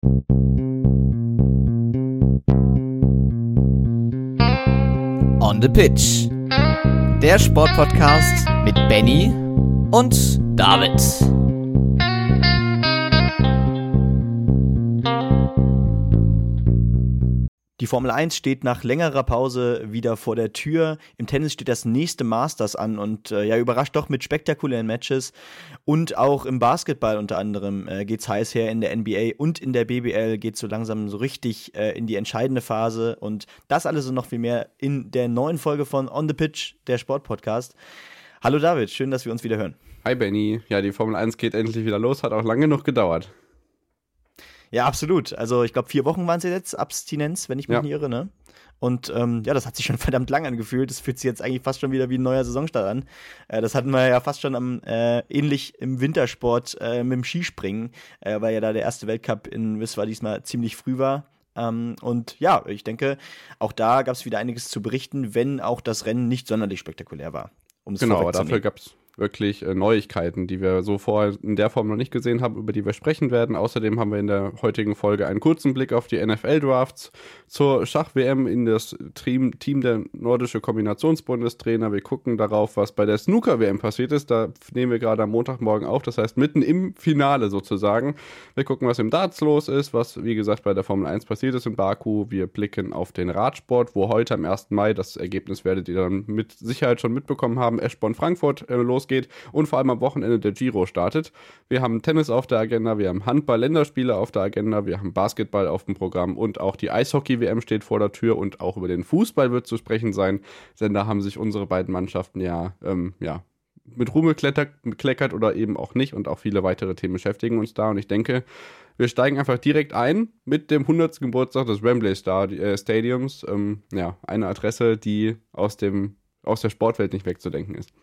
On the Pitch. Der Sportpodcast mit Benny und David. Die Formel 1 steht nach längerer Pause wieder vor der Tür. Im Tennis steht das nächste Masters an und überrascht doch mit spektakulären Matches. Und auch im Basketball unter anderem geht's heiß her. In der NBA und in der BBL geht's so langsam so richtig in die entscheidende Phase. Und das alles und noch viel mehr in der neuen Folge von On the Pitch, der Sportpodcast. Hallo David, schön, dass wir uns wieder hören. Hi Benny, ja, die Formel 1 geht endlich wieder los, hat auch lange genug gedauert. Ja, absolut. Also ich glaube 4 Wochen waren es jetzt, Abstinenz, wenn ich mich nicht irre, ne? Und das hat sich schon verdammt lang angefühlt. Das fühlt sich jetzt eigentlich fast schon wieder wie ein neuer Saisonstart an. Das hatten wir ja fast schon ähnlich im Wintersport mit dem Skispringen, weil ja da der erste Weltcup in Wiswa diesmal ziemlich früh war. Und ja, ich denke, auch da gab es wieder einiges zu berichten, wenn auch das Rennen nicht sonderlich spektakulär war. Genau, aber dafür gab es wirklich Neuigkeiten, die wir so vorher in der Form noch nicht gesehen haben, über die wir sprechen werden. Außerdem haben wir in der heutigen Folge einen kurzen Blick auf die NFL-Drafts, zur Schach-WM in das Team der nordische Kombinationsbundestrainer. Wir gucken darauf, was bei der Snooker-WM passiert ist. Da nehmen wir gerade am Montagmorgen auf, das heißt mitten im Finale sozusagen. Wir gucken, was im Darts los ist, was, wie gesagt, bei der Formel 1 passiert ist in Baku. Wir blicken auf den Radsport, wo heute am 1. Mai, das Ergebnis werdet ihr dann mit Sicherheit schon mitbekommen haben, Eschborn-Frankfurt losgeht und vor allem am Wochenende der Giro startet. Wir haben Tennis auf der Agenda, wir haben Handball-Länderspiele auf der Agenda, wir haben Basketball auf dem Programm und auch die Eishockey-WM steht vor der Tür und auch über den Fußball wird zu sprechen sein, denn da haben sich unsere beiden Mannschaften mit Ruhm gekleckert oder eben auch nicht und auch viele weitere Themen beschäftigen uns da und ich denke, wir steigen einfach direkt ein mit dem 100. Geburtstag des Wembley Stadiums. Eine Adresse, die aus der Sportwelt nicht wegzudenken ist.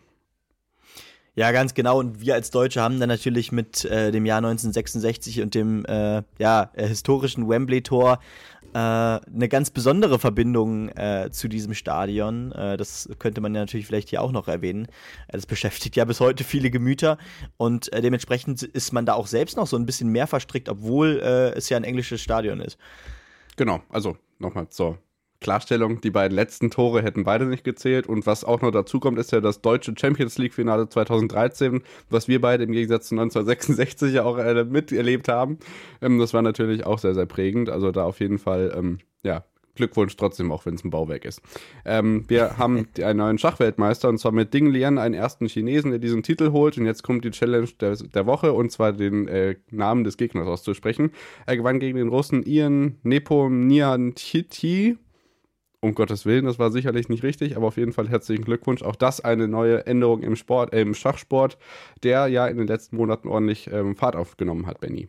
Ja, ganz genau. Und wir als Deutsche haben dann natürlich mit dem Jahr 1966 und dem historischen Wembley-Tor eine ganz besondere Verbindung zu diesem Stadion. Das könnte man ja natürlich vielleicht hier auch noch erwähnen. Das beschäftigt ja bis heute viele Gemüter und dementsprechend ist man da auch selbst noch so ein bisschen mehr verstrickt, obwohl es ja ein englisches Stadion ist. Genau, also nochmal zur Klarstellung, die beiden letzten Tore hätten beide nicht gezählt und was auch noch dazu kommt, ist ja das deutsche Champions-League-Finale 2013, was wir beide im Gegensatz zu 1966 ja auch miterlebt haben. Das war natürlich auch sehr, sehr prägend, also da auf jeden Fall, Glückwunsch trotzdem, auch wenn es ein Bauwerk ist. Wir haben einen neuen Schachweltmeister und zwar mit Ding Lian, einen ersten Chinesen, der diesen Titel holt und jetzt kommt die Challenge der Woche und zwar den Namen des Gegners auszusprechen. Er gewann gegen den Russen Ian Nepomniachtchi. Um Gottes Willen, das war sicherlich nicht richtig, aber auf jeden Fall herzlichen Glückwunsch. Auch das eine neue Änderung im Schachsport, der ja in den letzten Monaten ordentlich Fahrt aufgenommen hat, Benny.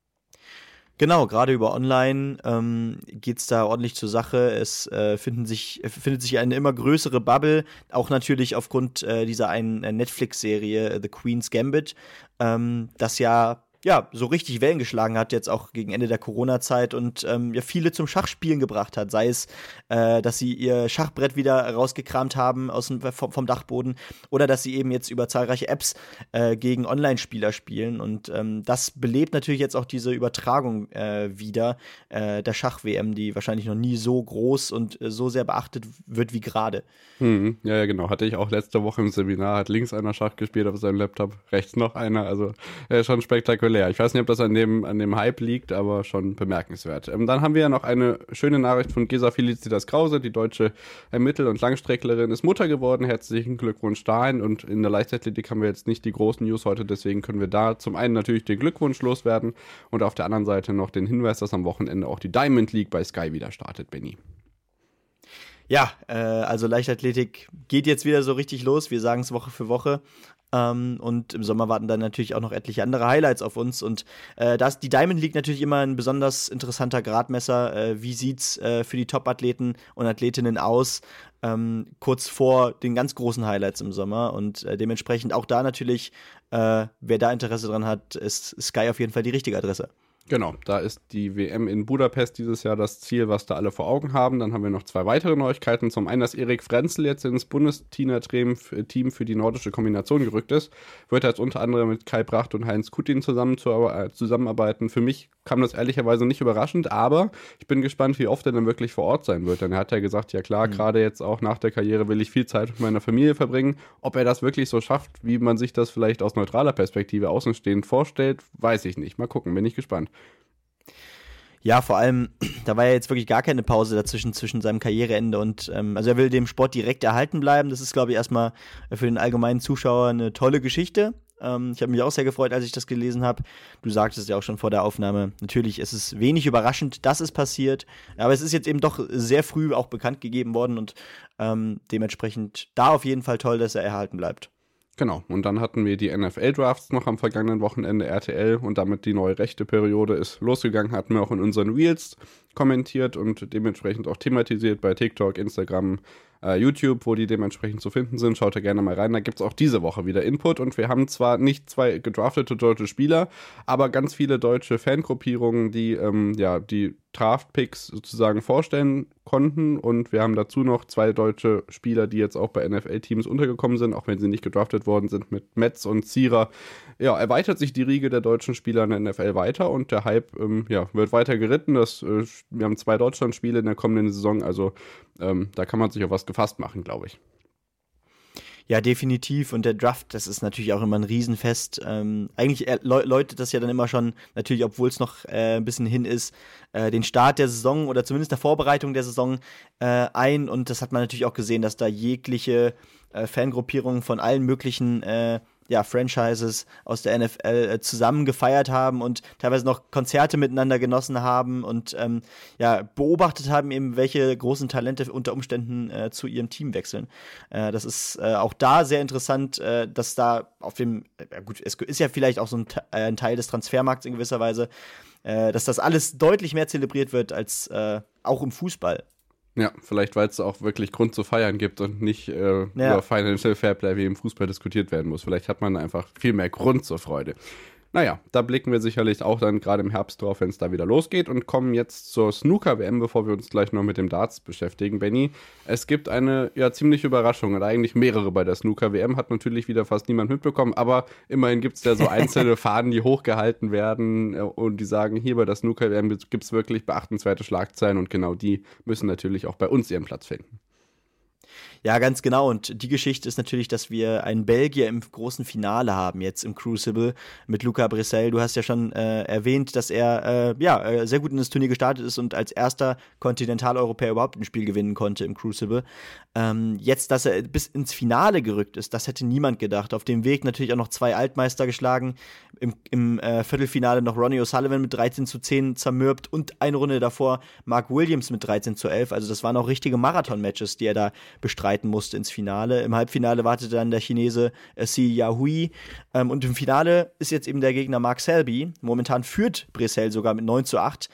Genau, gerade über Online geht's da ordentlich zur Sache. Es findet sich eine immer größere Bubble, auch natürlich aufgrund dieser einen Netflix-Serie The Queen's Gambit, das ja so richtig Wellen geschlagen hat, jetzt auch gegen Ende der Corona-Zeit und viele zum Schachspielen gebracht hat. Sei es, dass sie ihr Schachbrett wieder rausgekramt haben vom Dachboden oder dass sie eben jetzt über zahlreiche Apps gegen Online-Spieler spielen. Und das belebt natürlich jetzt auch diese Übertragung wieder der Schach-WM, die wahrscheinlich noch nie so groß und so sehr beachtet wird wie gerade. Ja, genau. Hatte ich auch letzte Woche im Seminar, hat links einer Schach gespielt auf seinem Laptop, rechts noch einer. Also schon spektakulär. Ich weiß nicht, ob das an dem Hype liegt, aber schon bemerkenswert. Dann haben wir ja noch eine schöne Nachricht von Gesa Felicitas Krause, die deutsche Mittel- und Langstrecklerin ist Mutter geworden. Herzlichen Glückwunsch dahin. Und in der Leichtathletik haben wir jetzt nicht die großen News heute, deswegen können wir da zum einen natürlich den Glückwunsch loswerden und auf der anderen Seite noch den Hinweis, dass am Wochenende auch die Diamond League bei Sky wieder startet, Benny. Ja, also Leichtathletik geht jetzt wieder so richtig los. Wir sagen es Woche für Woche. Und im Sommer warten dann natürlich auch noch etliche andere Highlights auf uns. Und da ist die Diamond League natürlich immer ein besonders interessanter Gradmesser. Wie sieht's für die Top-Athleten und Athletinnen aus? Kurz vor den ganz großen Highlights im Sommer. Und dementsprechend auch da natürlich, wer da Interesse dran hat, ist Sky auf jeden Fall die richtige Adresse. Genau, da ist die WM in Budapest dieses Jahr das Ziel, was da alle vor Augen haben. Dann haben wir noch 2 weitere Neuigkeiten. Zum einen, dass Erik Frenzel jetzt ins Bundesteam für die nordische Kombination gerückt ist. Wird jetzt unter anderem mit Kai Bracht und Heinz Kutin zusammenarbeiten. Für mich kam das ehrlicherweise nicht überraschend, aber ich bin gespannt, wie oft er dann wirklich vor Ort sein wird. Denn er hat ja gesagt, ja klar, gerade jetzt auch nach der Karriere will ich viel Zeit mit meiner Familie verbringen. Ob er das wirklich so schafft, wie man sich das vielleicht aus neutraler Perspektive außenstehend vorstellt, weiß ich nicht. Mal gucken, bin ich gespannt. Ja, vor allem, da war ja jetzt wirklich gar keine Pause dazwischen, zwischen seinem Karriereende und, also er will dem Sport direkt erhalten bleiben. Das ist, glaube ich, erstmal für den allgemeinen Zuschauer eine tolle Geschichte. Ich habe mich auch sehr gefreut, als ich das gelesen habe. Du sagtest ja auch schon vor der Aufnahme, natürlich ist es wenig überraschend, dass es passiert, aber es ist jetzt eben doch sehr früh auch bekannt gegeben worden und dementsprechend da auf jeden Fall toll, dass er erhalten bleibt. Genau, und dann hatten wir die NFL-Drafts noch am vergangenen Wochenende, RTL, und damit die neue Rechte-Periode ist losgegangen, hatten wir auch in unseren Reels kommentiert und dementsprechend auch thematisiert bei TikTok, Instagram, YouTube, wo die dementsprechend zu finden sind. Schaut da gerne mal rein, da gibt es auch diese Woche wieder Input und wir haben zwar nicht 2 gedraftete deutsche Spieler, aber ganz viele deutsche Fangruppierungen, die die Draft-Picks sozusagen vorstellen konnten und wir haben dazu noch 2 deutsche Spieler, die jetzt auch bei NFL-Teams untergekommen sind, auch wenn sie nicht gedraftet worden sind, mit Metz und Zierer. Ja, erweitert sich die Riege der deutschen Spieler in der NFL weiter und der Hype wird weiter geritten. Wir haben 2 Deutschlandspiele in der kommenden Saison, also da kann man sich auf was gefasst machen, glaube ich. Ja, definitiv. Und der Draft, das ist natürlich auch immer ein Riesenfest. Eigentlich läutet das ja dann immer schon, natürlich, obwohl es noch ein bisschen hin ist, den Start der Saison oder zumindest der Vorbereitung der Saison ein. Und das hat man natürlich auch gesehen, dass da jegliche Fangruppierungen von allen möglichen Franchises aus der NFL zusammen gefeiert haben und teilweise noch Konzerte miteinander genossen haben und beobachtet haben, eben welche großen Talente unter Umständen zu ihrem Team wechseln. Das ist auch da sehr interessant, dass da auf dem, es ist ja vielleicht auch so ein Teil des Transfermarkts in gewisser Weise, dass das alles deutlich mehr zelebriert wird als auch im Fußball. Ja, vielleicht, weil es auch wirklich Grund zu feiern gibt und nicht über Financial Fairplay wie im Fußball diskutiert werden muss. Vielleicht hat man einfach viel mehr Grund zur Freude. Naja, da blicken wir sicherlich auch dann gerade im Herbst drauf, wenn es da wieder losgeht und kommen jetzt zur Snooker-WM, bevor wir uns gleich noch mit dem Darts beschäftigen. Benni, es gibt eine ziemliche Überraschung oder eigentlich mehrere bei der Snooker-WM, hat natürlich wieder fast niemand mitbekommen, aber immerhin gibt es ja so einzelne Fahnen, die hochgehalten werden und die sagen, hier bei der Snooker-WM gibt es wirklich beachtenswerte Schlagzeilen und genau die müssen natürlich auch bei uns ihren Platz finden. Ja, ganz genau. Und die Geschichte ist natürlich, dass wir einen Belgier im großen Finale haben, jetzt im Crucible mit Luca Bressel. Du hast ja schon erwähnt, dass er sehr gut in das Turnier gestartet ist und als erster Kontinentaleuropäer überhaupt ein Spiel gewinnen konnte im Crucible. Jetzt, dass er bis ins Finale gerückt ist, das hätte niemand gedacht. Auf dem Weg natürlich auch noch 2 Altmeister geschlagen. Im Viertelfinale noch Ronnie O'Sullivan mit 13:10 zermürbt und eine Runde davor Mark Williams mit 13:11. Also das waren auch richtige Marathon-Matches, die er da bestreiten musste ins Finale. Im Halbfinale wartete dann der Chinese Si Yahui. Und im Finale ist jetzt eben der Gegner Mark Selby. Momentan führt Bressel sogar mit 9:8.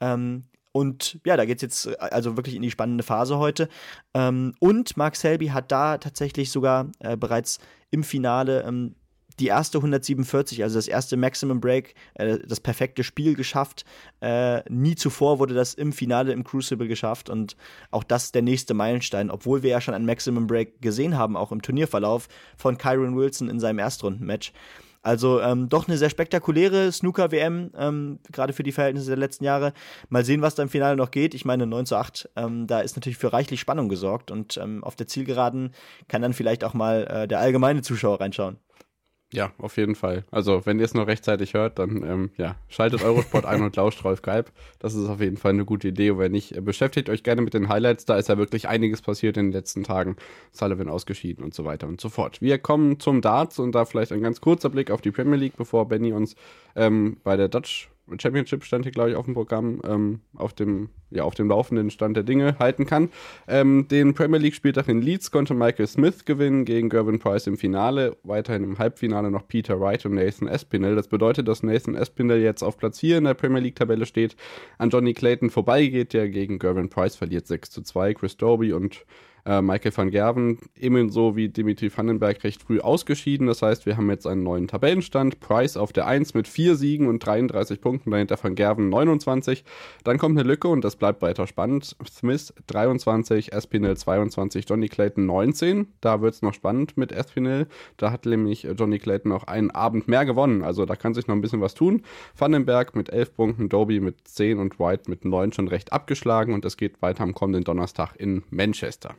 Und ja, da geht's jetzt also wirklich in die spannende Phase heute. Und Mark Selby hat da tatsächlich sogar bereits im Finale die erste 147, also das erste Maximum Break, das perfekte Spiel geschafft. Nie zuvor wurde das im Finale im Crucible geschafft und auch das der nächste Meilenstein, obwohl wir ja schon ein Maximum Break gesehen haben, auch im Turnierverlauf von Wilson in seinem Erstrundenmatch. Also doch eine sehr spektakuläre Snooker-WM, gerade für die Verhältnisse der letzten Jahre. Mal sehen, was da im Finale noch geht. Ich meine 9:8, da ist natürlich für reichlich Spannung gesorgt und auf der Zielgeraden kann dann vielleicht auch mal der allgemeine Zuschauer reinschauen. Ja, auf jeden Fall. Also, wenn ihr es noch rechtzeitig hört, dann schaltet Eurosport ein und lauscht Rolf Geib. Das ist auf jeden Fall eine gute Idee. Und wenn nicht, beschäftigt euch gerne mit den Highlights. Da ist ja wirklich einiges passiert in den letzten Tagen. Sullivan ausgeschieden und so weiter und so fort. Wir kommen zum Darts und da vielleicht ein ganz kurzer Blick auf die Premier League, bevor Benny uns bei der Dutch Championship stand hier, glaube ich, auf dem Programm, auf dem laufenden Stand der Dinge halten kann. Den Premier League Spieltag in Leeds konnte Michael Smith gewinnen gegen Gervin Price im Finale. Weiterhin im Halbfinale noch Peter Wright und Nathan Aspinall. Das bedeutet, dass Nathan Aspinall jetzt auf Platz 4 in der Premier League Tabelle steht, an Johnny Clayton vorbeigeht, der gegen Gervin Price verliert 6:2. Chris Dobey und Michael van Gerwen ebenso wie Dimitri Vandenberg recht früh ausgeschieden. Das heißt, wir haben jetzt einen neuen Tabellenstand. Price auf der 1 mit 4 Siegen und 33 Punkten, dahinter van Gerwen 29. Dann kommt eine Lücke und das bleibt weiter spannend. Smith 23, Espinel 22, Johnny Clayton 19. Da wird es noch spannend mit Espinel. Da hat nämlich Johnny Clayton auch einen Abend mehr gewonnen. Also da kann sich noch ein bisschen was tun. Vandenberg mit 11 Punkten, Doby mit 10 und White mit 9 schon recht abgeschlagen. Und es geht weiter am kommenden Donnerstag in Manchester.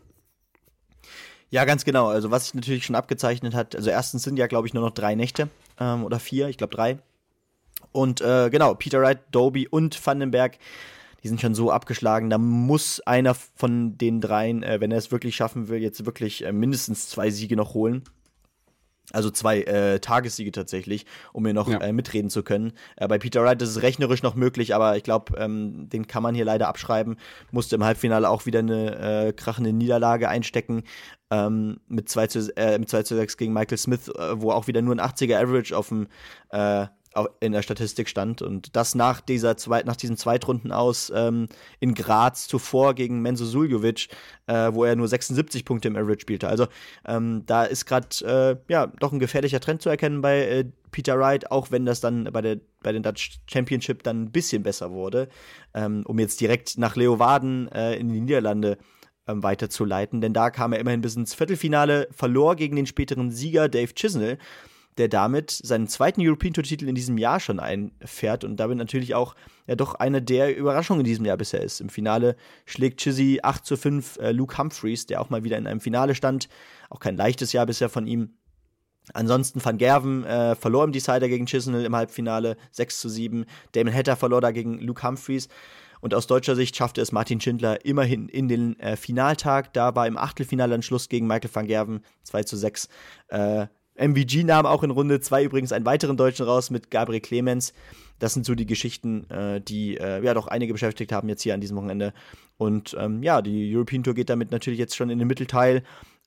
Ja, ganz genau. Also was sich natürlich schon abgezeichnet hat, also erstens sind ja, glaube ich, nur noch 3 Nächte oder 4, ich glaube 3. Und genau, Peter Wright, Doby und Vandenberg, die sind schon so abgeschlagen. Da muss einer von den dreien, wenn er es wirklich schaffen will, jetzt wirklich mindestens 2 Siege noch holen. Also 2 Tagessiege tatsächlich, um hier noch mitreden zu können. Bei Peter Wright ist es rechnerisch noch möglich, aber ich glaube, den kann man hier leider abschreiben. Musste im Halbfinale auch wieder eine krachende Niederlage einstecken. Mit 2:6 gegen Michael Smith, wo auch wieder nur ein 80er Average in der Statistik stand. Und das nach diesem Zweitrunden aus in Graz zuvor gegen Menzo Suljovic, wo er nur 76 Punkte im Average spielte. Also da ist gerade doch ein gefährlicher Trend zu erkennen bei Peter Wright, auch wenn das dann bei den Dutch Championship dann ein bisschen besser wurde, um jetzt direkt nach Leeuwarden in die Niederlande weiterzuleiten. Denn da kam er immerhin bis ins Viertelfinale, verlor gegen den späteren Sieger Dave Chisnell, der damit seinen zweiten European Tour Titel in diesem Jahr schon einfährt und damit natürlich auch doch eine der Überraschungen in diesem Jahr bisher ist. Im Finale schlägt Chizzy 8:5 Luke Humphreys, der auch mal wieder in einem Finale stand. Auch kein leichtes Jahr bisher von ihm. Ansonsten Van Gerwen verlor im Decider gegen Chisnell im Halbfinale 6:7. Damon Hatter verlor da gegen Luke Humphreys. Und aus deutscher Sicht schaffte es Martin Schindler immerhin in den Finaltag. Da war im Achtelfinale dann Schluss gegen Michael van Gerwen 2:6. MVG nahm auch in Runde 2 übrigens einen weiteren Deutschen raus mit Gabriel Clemens. Das sind so die Geschichten, die doch einige beschäftigt haben jetzt hier an diesem Wochenende. Und die European Tour geht damit natürlich jetzt schon in den Mittelteil.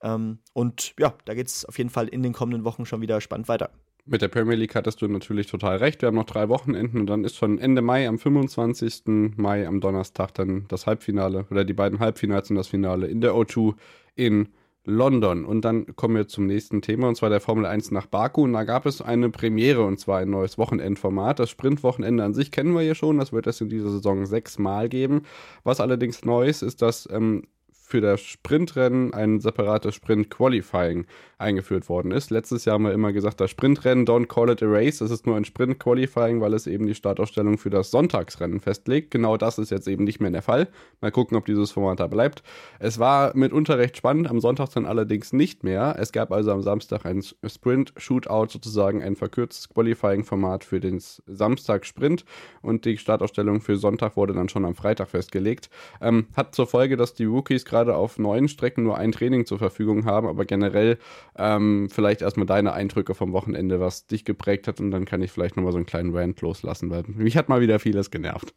Da geht es auf jeden Fall in den kommenden Wochen schon wieder spannend weiter. Mit der Premier League hattest du natürlich total recht. Wir haben noch 3 Wochenenden und dann ist schon Ende Mai, am 25. Mai, am Donnerstag dann das Halbfinale oder die beiden Halbfinals und das Finale in der O2 in London. Und dann kommen wir zum nächsten Thema, und zwar der Formel 1 nach Baku. Und da gab es eine Premiere, und zwar ein neues Wochenendformat. Das Sprintwochenende an sich kennen wir ja schon. Das wird es in dieser Saison 6 Mal geben. Was allerdings neu ist, dass für das Sprintrennen ein separates Sprint-Qualifying eingeführt worden ist. Letztes Jahr haben wir immer gesagt, das Sprintrennen, don't call it a race, es ist nur ein Sprint-Qualifying, weil es eben die Startausstellung für das Sonntagsrennen festlegt. Genau das ist jetzt eben nicht mehr der Fall. Mal gucken, ob dieses Format da bleibt. Es war mitunter recht spannend, am Sonntag dann allerdings nicht mehr. Es gab also am Samstag ein Sprint-Shootout, sozusagen ein verkürztes Qualifying-Format für den Samstag-Sprint, und die Startausstellung für Sonntag wurde dann schon am Freitag festgelegt. Hat zur Folge, dass die Rookies gerade auf neuen Strecken nur ein Training zur Verfügung haben, aber generell vielleicht erstmal deine Eindrücke vom Wochenende, was dich geprägt hat, und dann kann ich vielleicht nochmal so einen kleinen Rant loslassen, weil mich hat mal wieder vieles genervt.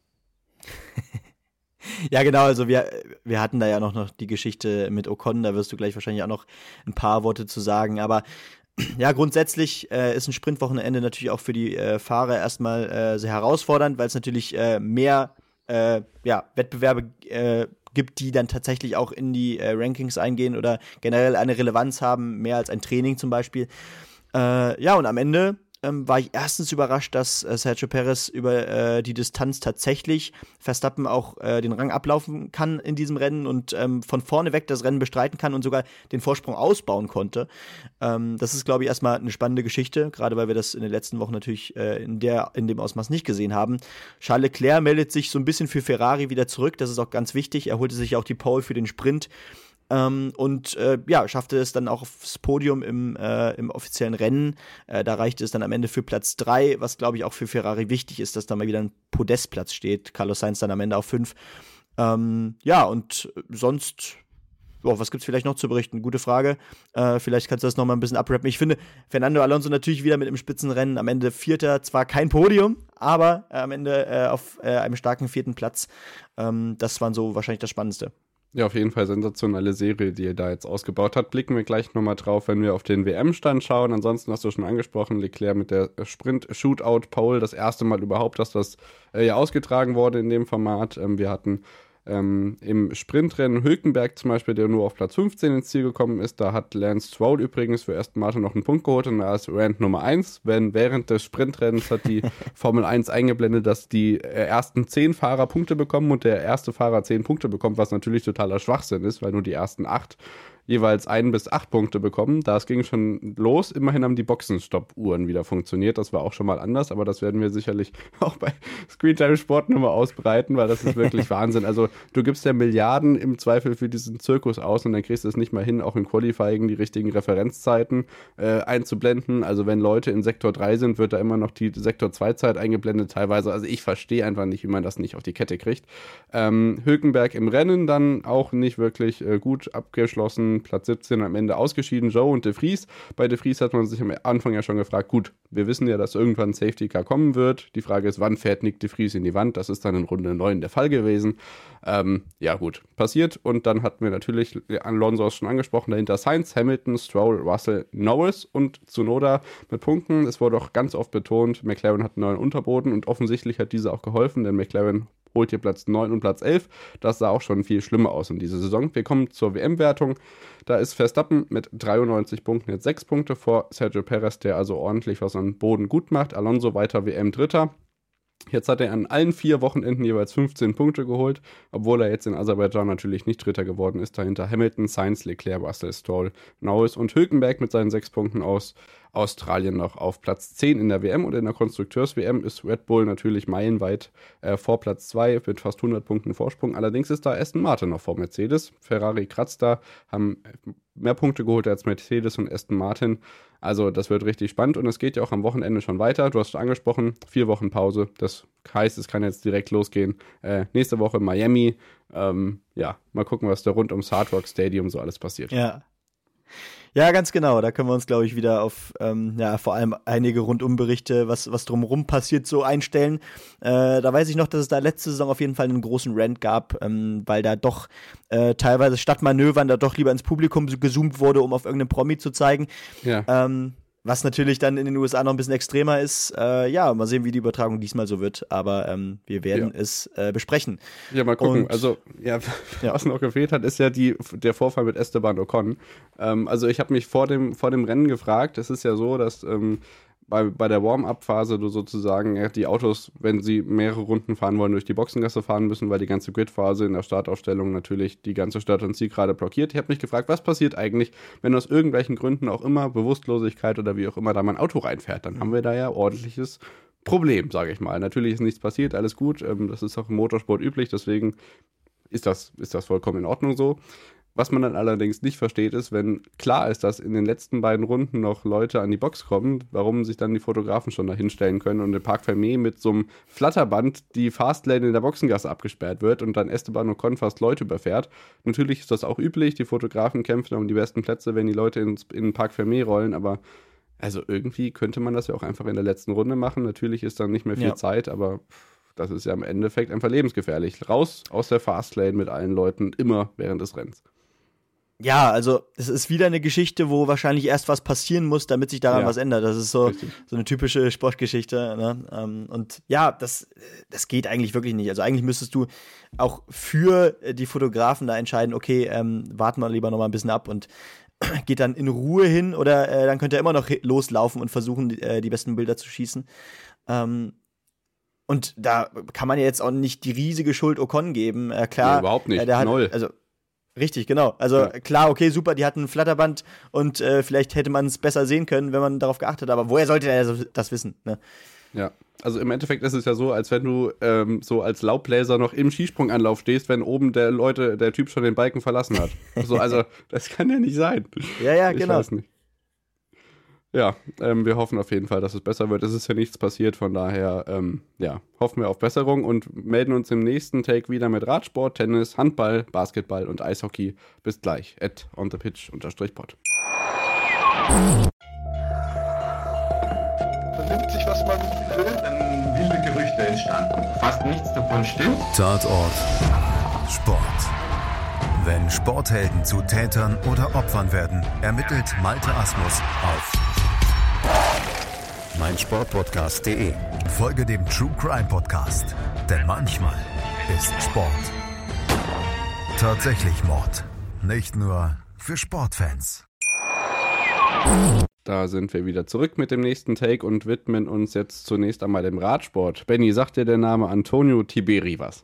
Ja, genau, also wir hatten da ja noch die Geschichte mit Ocon, da wirst du gleich wahrscheinlich auch noch ein paar Worte zu sagen, aber ja, grundsätzlich ist ein Sprintwochenende natürlich auch für die Fahrer erstmal sehr herausfordernd, weil es natürlich mehr Wettbewerbe gibt, die dann tatsächlich auch in die Rankings eingehen oder generell eine Relevanz haben, mehr als ein Training zum Beispiel. Und am Ende war ich erstens überrascht, dass Sergio Perez über die Distanz tatsächlich Verstappen auch den Rang ablaufen kann in diesem Rennen und von vorne weg das Rennen bestreiten kann und sogar den Vorsprung ausbauen konnte. Das ist, glaube ich, erstmal eine spannende Geschichte, gerade weil wir das in den letzten Wochen natürlich in dem Ausmaß nicht gesehen haben. Charles Leclerc meldet sich so ein bisschen für Ferrari wieder zurück, das ist auch ganz wichtig. Er holte sich auch die Pole für den Sprint. Schaffte es dann auch aufs Podium im offiziellen Rennen. Da reichte es dann am Ende für Platz 3, was, glaube ich, auch für Ferrari wichtig ist, dass da mal wieder ein Podestplatz steht. Carlos Sainz dann am Ende auf 5. Und sonst, was gibt's vielleicht noch zu berichten? Gute Frage. Vielleicht kannst du das noch mal ein bisschen abrappen. Ich finde, Fernando Alonso natürlich wieder mit im Spitzenrennen. Am Ende Vierter, zwar kein Podium, aber am Ende auf einem starken 4. Platz. Das waren so wahrscheinlich das Spannendste. Ja, auf jeden Fall sensationelle Serie, die er da jetzt ausgebaut hat. Blicken wir gleich nochmal drauf, wenn wir auf den WM-Stand schauen. Ansonsten hast du schon angesprochen, Leclerc mit der Sprint-Shootout-Pole. Das erste Mal überhaupt, dass das ausgetragen wurde in dem Format. Wir hatten Im Sprintrennen Hülkenberg zum Beispiel, der nur auf Platz 15 ins Ziel gekommen ist, da hat Lance Stroll übrigens für Aston Martin noch einen Punkt geholt und da ist Rand Nummer 1. Während des Sprintrennens hat die Formel 1 eingeblendet, dass die ersten 10 Fahrer Punkte bekommen und der erste Fahrer 10 Punkte bekommt, was natürlich totaler Schwachsinn ist, weil nur die ersten 8 jeweils 1 bis 8 Punkte bekommen. Das ging schon los. Immerhin haben die Boxenstopp-Uhren wieder funktioniert. Das war auch schon mal anders, aber das werden wir sicherlich auch bei Screentime Sport nochmal ausbreiten, weil das ist wirklich Wahnsinn. Also du gibst ja Milliarden im Zweifel für diesen Zirkus aus und dann kriegst du es nicht mal hin, auch in Qualifying die richtigen Referenzzeiten einzublenden. Also wenn Leute in Sektor 3 sind, wird da immer noch die Sektor 2 Zeit eingeblendet teilweise. Also ich verstehe einfach nicht, wie man das nicht auf die Kette kriegt. Hülkenberg im Rennen dann auch nicht wirklich gut abgeschlossen. Platz 17 am Ende ausgeschieden, Joe und De Vries. Bei De Vries hat man sich am Anfang ja schon gefragt, gut, wir wissen ja, dass irgendwann ein Safety Car kommen wird. Die Frage ist, wann fährt Nick De Vries in die Wand? Das ist dann in Runde 9 der Fall gewesen. Ja gut, passiert. Und dann hatten wir natürlich, Alonso ist schon angesprochen, dahinter Sainz, Hamilton, Stroll, Russell, Norris und Tsunoda mit Punkten. Es wurde auch ganz oft betont, McLaren hat einen neuen Unterboden und offensichtlich hat diese auch geholfen, denn McLaren holt hier Platz 9 und Platz 11. Das sah auch schon viel schlimmer aus in dieser Saison. Wir kommen zur WM-Wertung. Da ist Verstappen mit 93 Punkten jetzt 6 Punkte vor Sergio Perez, der also ordentlich was am Boden gut macht. Alonso weiter WM-Dritter. Jetzt hat er an allen 4 Wochenenden jeweils 15 Punkte geholt, obwohl er jetzt in Aserbaidschan natürlich nicht Dritter geworden ist. Dahinter Hamilton, Sainz, Leclerc, Russell, Stroll, Norris und Hülkenberg mit seinen 6 Punkten aus Australien noch auf Platz 10 in der WM und in der Konstrukteurs-WM ist Red Bull natürlich meilenweit vor Platz 2 mit fast 100 Punkten Vorsprung. Allerdings ist da Aston Martin noch vor Mercedes. Ferrari kratzt da, haben mehr Punkte geholt als Mercedes und Aston Martin. Also das wird richtig spannend und es geht ja auch am Wochenende schon weiter. Du hast schon angesprochen, 4 Wochen Pause. Das heißt, es kann jetzt direkt losgehen. Nächste Woche Miami. Ja, mal gucken, was da rund ums Hard Rock Stadium so alles passiert. Ja, ganz genau. Da können wir uns, glaube ich, wieder auf vor allem einige Rundumberichte, was drumherum passiert, so einstellen. Da weiß ich noch, dass es da letzte Saison auf jeden Fall einen großen Rant gab, weil da doch teilweise statt Manövern da doch lieber ins Publikum gezoomt wurde, um auf irgendeinen Promi zu zeigen. Ja. Was natürlich dann in den USA noch ein bisschen extremer ist. Mal sehen, wie die Übertragung diesmal so wird. Aber wir werden es besprechen. Ja, mal gucken. Was noch gefehlt hat, ist ja der Vorfall mit Esteban Ocon. Also ich habe mich vor dem Rennen gefragt, es ist ja so, dass bei der Warm-Up-Phase du sozusagen die Autos, wenn sie mehrere Runden fahren wollen, durch die Boxengasse fahren müssen, weil die ganze Grid-Phase in der Startaufstellung natürlich die ganze Start- und Zielgerade blockiert. Ich habe mich gefragt, was passiert eigentlich, wenn aus irgendwelchen Gründen auch immer, Bewusstlosigkeit oder wie auch immer, da mal ein Auto reinfährt. Dann haben wir da ja ordentliches Problem, sage ich mal. Natürlich ist nichts passiert, alles gut. Das ist auch im Motorsport üblich, deswegen ist das vollkommen in Ordnung so. Was man dann allerdings nicht versteht, ist, wenn klar ist, dass in den letzten beiden Runden noch Leute an die Box kommen, warum sich dann die Fotografen schon da hinstellen können und im Parc Fermé mit so einem Flatterband die Fastlane in der Boxengasse abgesperrt wird und dann Esteban Ocon fast Leute überfährt. Natürlich ist das auch üblich, die Fotografen kämpfen um die besten Plätze, wenn die Leute in den Parc Fermé rollen, aber also irgendwie könnte man das ja auch einfach in der letzten Runde machen. Natürlich ist dann nicht mehr viel Zeit, aber das ist ja im Endeffekt einfach lebensgefährlich. Raus aus der Fastlane mit allen Leuten, immer während des Rennens. Ja, also es ist wieder eine Geschichte, wo wahrscheinlich erst was passieren muss, damit sich daran was ändert. Das ist so eine typische Sportgeschichte. Ne? Und ja, das geht eigentlich wirklich nicht. Also eigentlich müsstest du auch für die Fotografen da entscheiden, okay, warten wir lieber noch mal ein bisschen ab und geht dann in Ruhe hin oder dann könnt ihr immer noch loslaufen und versuchen, die besten Bilder zu schießen. Und da kann man ja jetzt auch nicht die riesige Schuld Ocon geben. Klar, nee, überhaupt nicht. Also richtig, genau. Also klar, okay, super, die hatten ein Flatterband und vielleicht hätte man es besser sehen können, wenn man darauf geachtet hat. Aber woher sollte er das wissen? Ne? Ja, also im Endeffekt ist es ja so, als wenn du so als Laubbläser noch im Skisprunganlauf stehst, wenn oben der Typ schon den Balken verlassen hat. Also das kann ja nicht sein. Ja, genau. Ich weiß nicht. Ja, wir hoffen auf jeden Fall, dass es besser wird. Es ist ja nichts passiert, von daher, hoffen wir auf Besserung und melden uns im nächsten Take wieder mit Radsport, Tennis, Handball, Basketball und Eishockey. Bis gleich, @onthepitch_pod. Vernimmt sich, was man will, dann wilde Gerüchte entstanden. Fast nichts davon stimmt. Tatort Sport. Wenn Sporthelden zu Tätern oder Opfern werden, ermittelt Malte Asmus auf meinsportpodcast.de. Folge dem True Crime Podcast, denn manchmal ist Sport Tatsächlich Mord. Nicht nur für Sportfans. Da sind wir wieder zurück mit dem nächsten Take und widmen uns jetzt zunächst einmal dem Radsport. Benni, sagt dir der Name Antonio Tiberi was?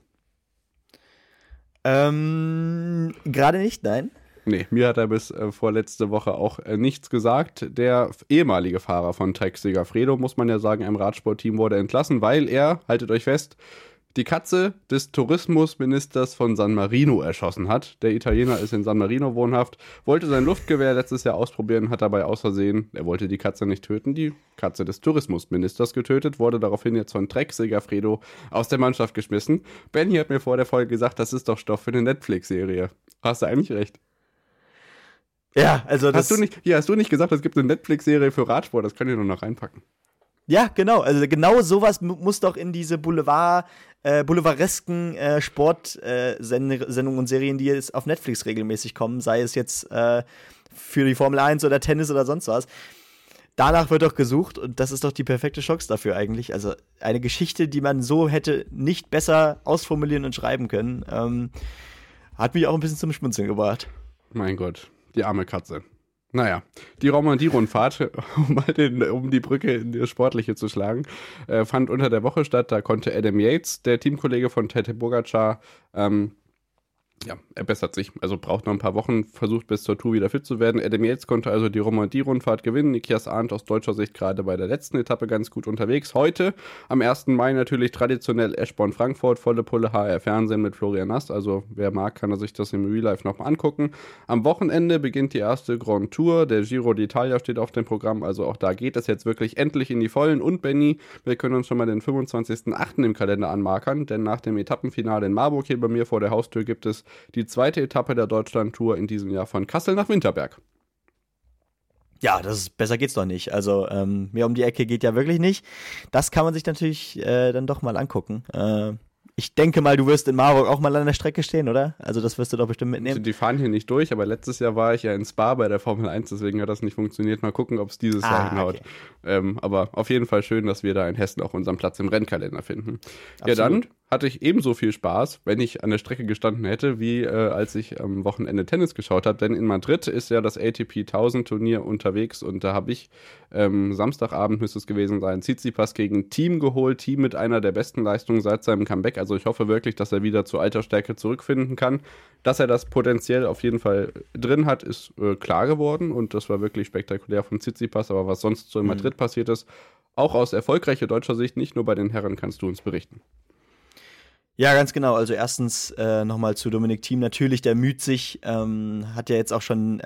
Gerade nicht, nein. Nee, mir hat er bis vorletzte Woche auch nichts gesagt. Der ehemalige Fahrer von Trek Segafredo, muss man ja sagen, im Radsportteam wurde entlassen, weil er, haltet euch fest, die Katze des Tourismusministers von San Marino erschossen hat. Der Italiener ist in San Marino wohnhaft, wollte sein Luftgewehr letztes Jahr ausprobieren, hat dabei aus Versehen, er wollte die Katze nicht töten, die Katze des Tourismusministers getötet, wurde daraufhin jetzt von Trek Segafredo aus der Mannschaft geschmissen. Benni hat mir vor der Folge gesagt, das ist doch Stoff für eine Netflix-Serie. Hast du eigentlich recht? Ja, also das... Hast du nicht gesagt, es gibt eine Netflix-Serie für Radsport, das könnt ihr nur noch reinpacken. Ja, genau. Also genau sowas muss doch in diese boulevaresken Sportsendungen und Serien, die jetzt auf Netflix regelmäßig kommen, sei es jetzt für die Formel 1 oder Tennis oder sonst was. Danach wird doch gesucht und das ist doch die perfekte Chance dafür eigentlich. Also eine Geschichte, die man so hätte nicht besser ausformulieren und schreiben können, hat mich auch ein bisschen zum Schmunzeln gebracht. Mein Gott, die arme Katze. Naja, die Romandie-Rundfahrt, um die Brücke in das Sportliche zu schlagen, fand unter der Woche statt. Da konnte Adam Yates, der Teamkollege von Tadej Pogačar, er bessert sich, also braucht noch ein paar Wochen, versucht bis zur Tour wieder fit zu werden. Adam Yates konnte also die Romandie-Rundfahrt gewinnen. Nikias Arndt aus deutscher Sicht gerade bei der letzten Etappe ganz gut unterwegs. Heute, am 1. Mai natürlich traditionell Eschborn-Frankfurt, volle Pulle HR-Fernsehen mit Florian Nast. Also wer mag, kann er sich das im Real Life nochmal angucken. Am Wochenende beginnt die erste Grand Tour. Der Giro d'Italia steht auf dem Programm, also auch da geht es jetzt wirklich endlich in die Vollen. Und Benni, wir können uns schon mal den 25.08. im Kalender anmarkern, denn nach dem Etappenfinale in Marburg hier bei mir vor der Haustür gibt es die zweite Etappe der Deutschland-Tour in diesem Jahr von Kassel nach Winterberg. Ja, besser geht's doch nicht. Also mehr um die Ecke geht ja wirklich nicht. Das kann man sich natürlich dann doch mal angucken. Ich denke mal, du wirst in Marburg auch mal an der Strecke stehen, oder? Also das wirst du doch bestimmt mitnehmen. Die fahren hier nicht durch, aber letztes Jahr war ich ja in Spa bei der Formel 1, deswegen hat das nicht funktioniert. Mal gucken, ob es dieses Jahr hinhaut. Okay. Aber auf jeden Fall schön, dass wir da in Hessen auch unseren Platz im Rennkalender finden. Absolut. Ja, dann hatte ich ebenso viel Spaß, wenn ich an der Strecke gestanden hätte, wie als ich am Wochenende Tennis geschaut habe. Denn in Madrid ist ja das ATP 1000 Turnier unterwegs und da habe ich Samstagabend, müsste es gewesen sein, Tsitsipas gegen Thiem geholt. Thiem mit einer der besten Leistungen seit seinem Comeback. Also ich hoffe wirklich, dass er wieder zur alter Stärke zurückfinden kann. Dass er das potenziell auf jeden Fall drin hat, ist klar geworden und das war wirklich spektakulär von Tsitsipas. Aber was sonst so in Madrid passiert ist, auch aus erfolgreicher deutscher Sicht, nicht nur bei den Herren, kannst du uns berichten. Ja, ganz genau. Also erstens nochmal zu Dominic Thiem. Natürlich, der müht sich, kämpft ja jetzt auch schon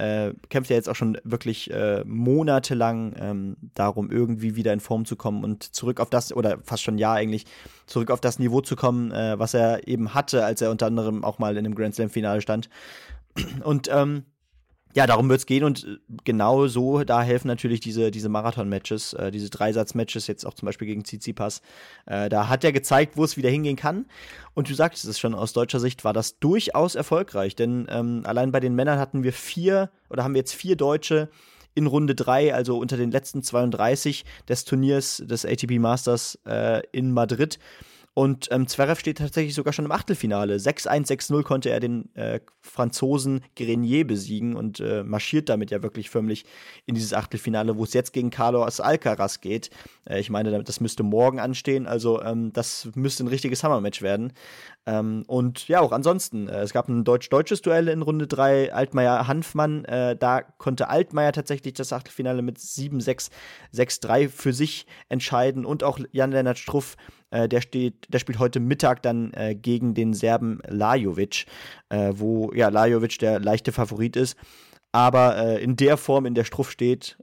wirklich monatelang darum, irgendwie wieder in Form zu kommen und zurück auf das, oder fast schon ein Jahr eigentlich, zurück auf das Niveau zu kommen, was er eben hatte, als er unter anderem auch mal in einem Grand Slam-Finale stand. Und ja, darum wird es gehen und genau so, da helfen natürlich diese Marathon-Matches, diese Dreisatz-Matches, jetzt auch zum Beispiel gegen Tsitsipas. Da hat er gezeigt, wo es wieder hingehen kann. Und du sagtest es schon, aus deutscher Sicht war das durchaus erfolgreich, denn allein bei den Männern haben wir jetzt vier Deutsche in Runde 3, also unter den letzten 32 des Turniers des ATP Masters in Madrid. Und Zverev steht tatsächlich sogar schon im Achtelfinale. 6-1, 6-0 konnte er den Franzosen Grenier besiegen und marschiert damit ja wirklich förmlich in dieses Achtelfinale, wo es jetzt gegen Carlos Alcaraz geht. Ich meine, das müsste morgen anstehen, also das müsste ein richtiges Hammermatch werden. Und ja, auch ansonsten, es gab ein deutsch-deutsches Duell in Runde 3, Altmaier-Hanfmann. Da konnte Altmaier tatsächlich das Achtelfinale mit 7-6, 6-3 für sich entscheiden. Und auch Jan-Lennart Struff, der spielt heute Mittag dann gegen den Serben Lajovic, wo ja Lajovic der leichte Favorit ist. Aber in der Form, in der Struff steht,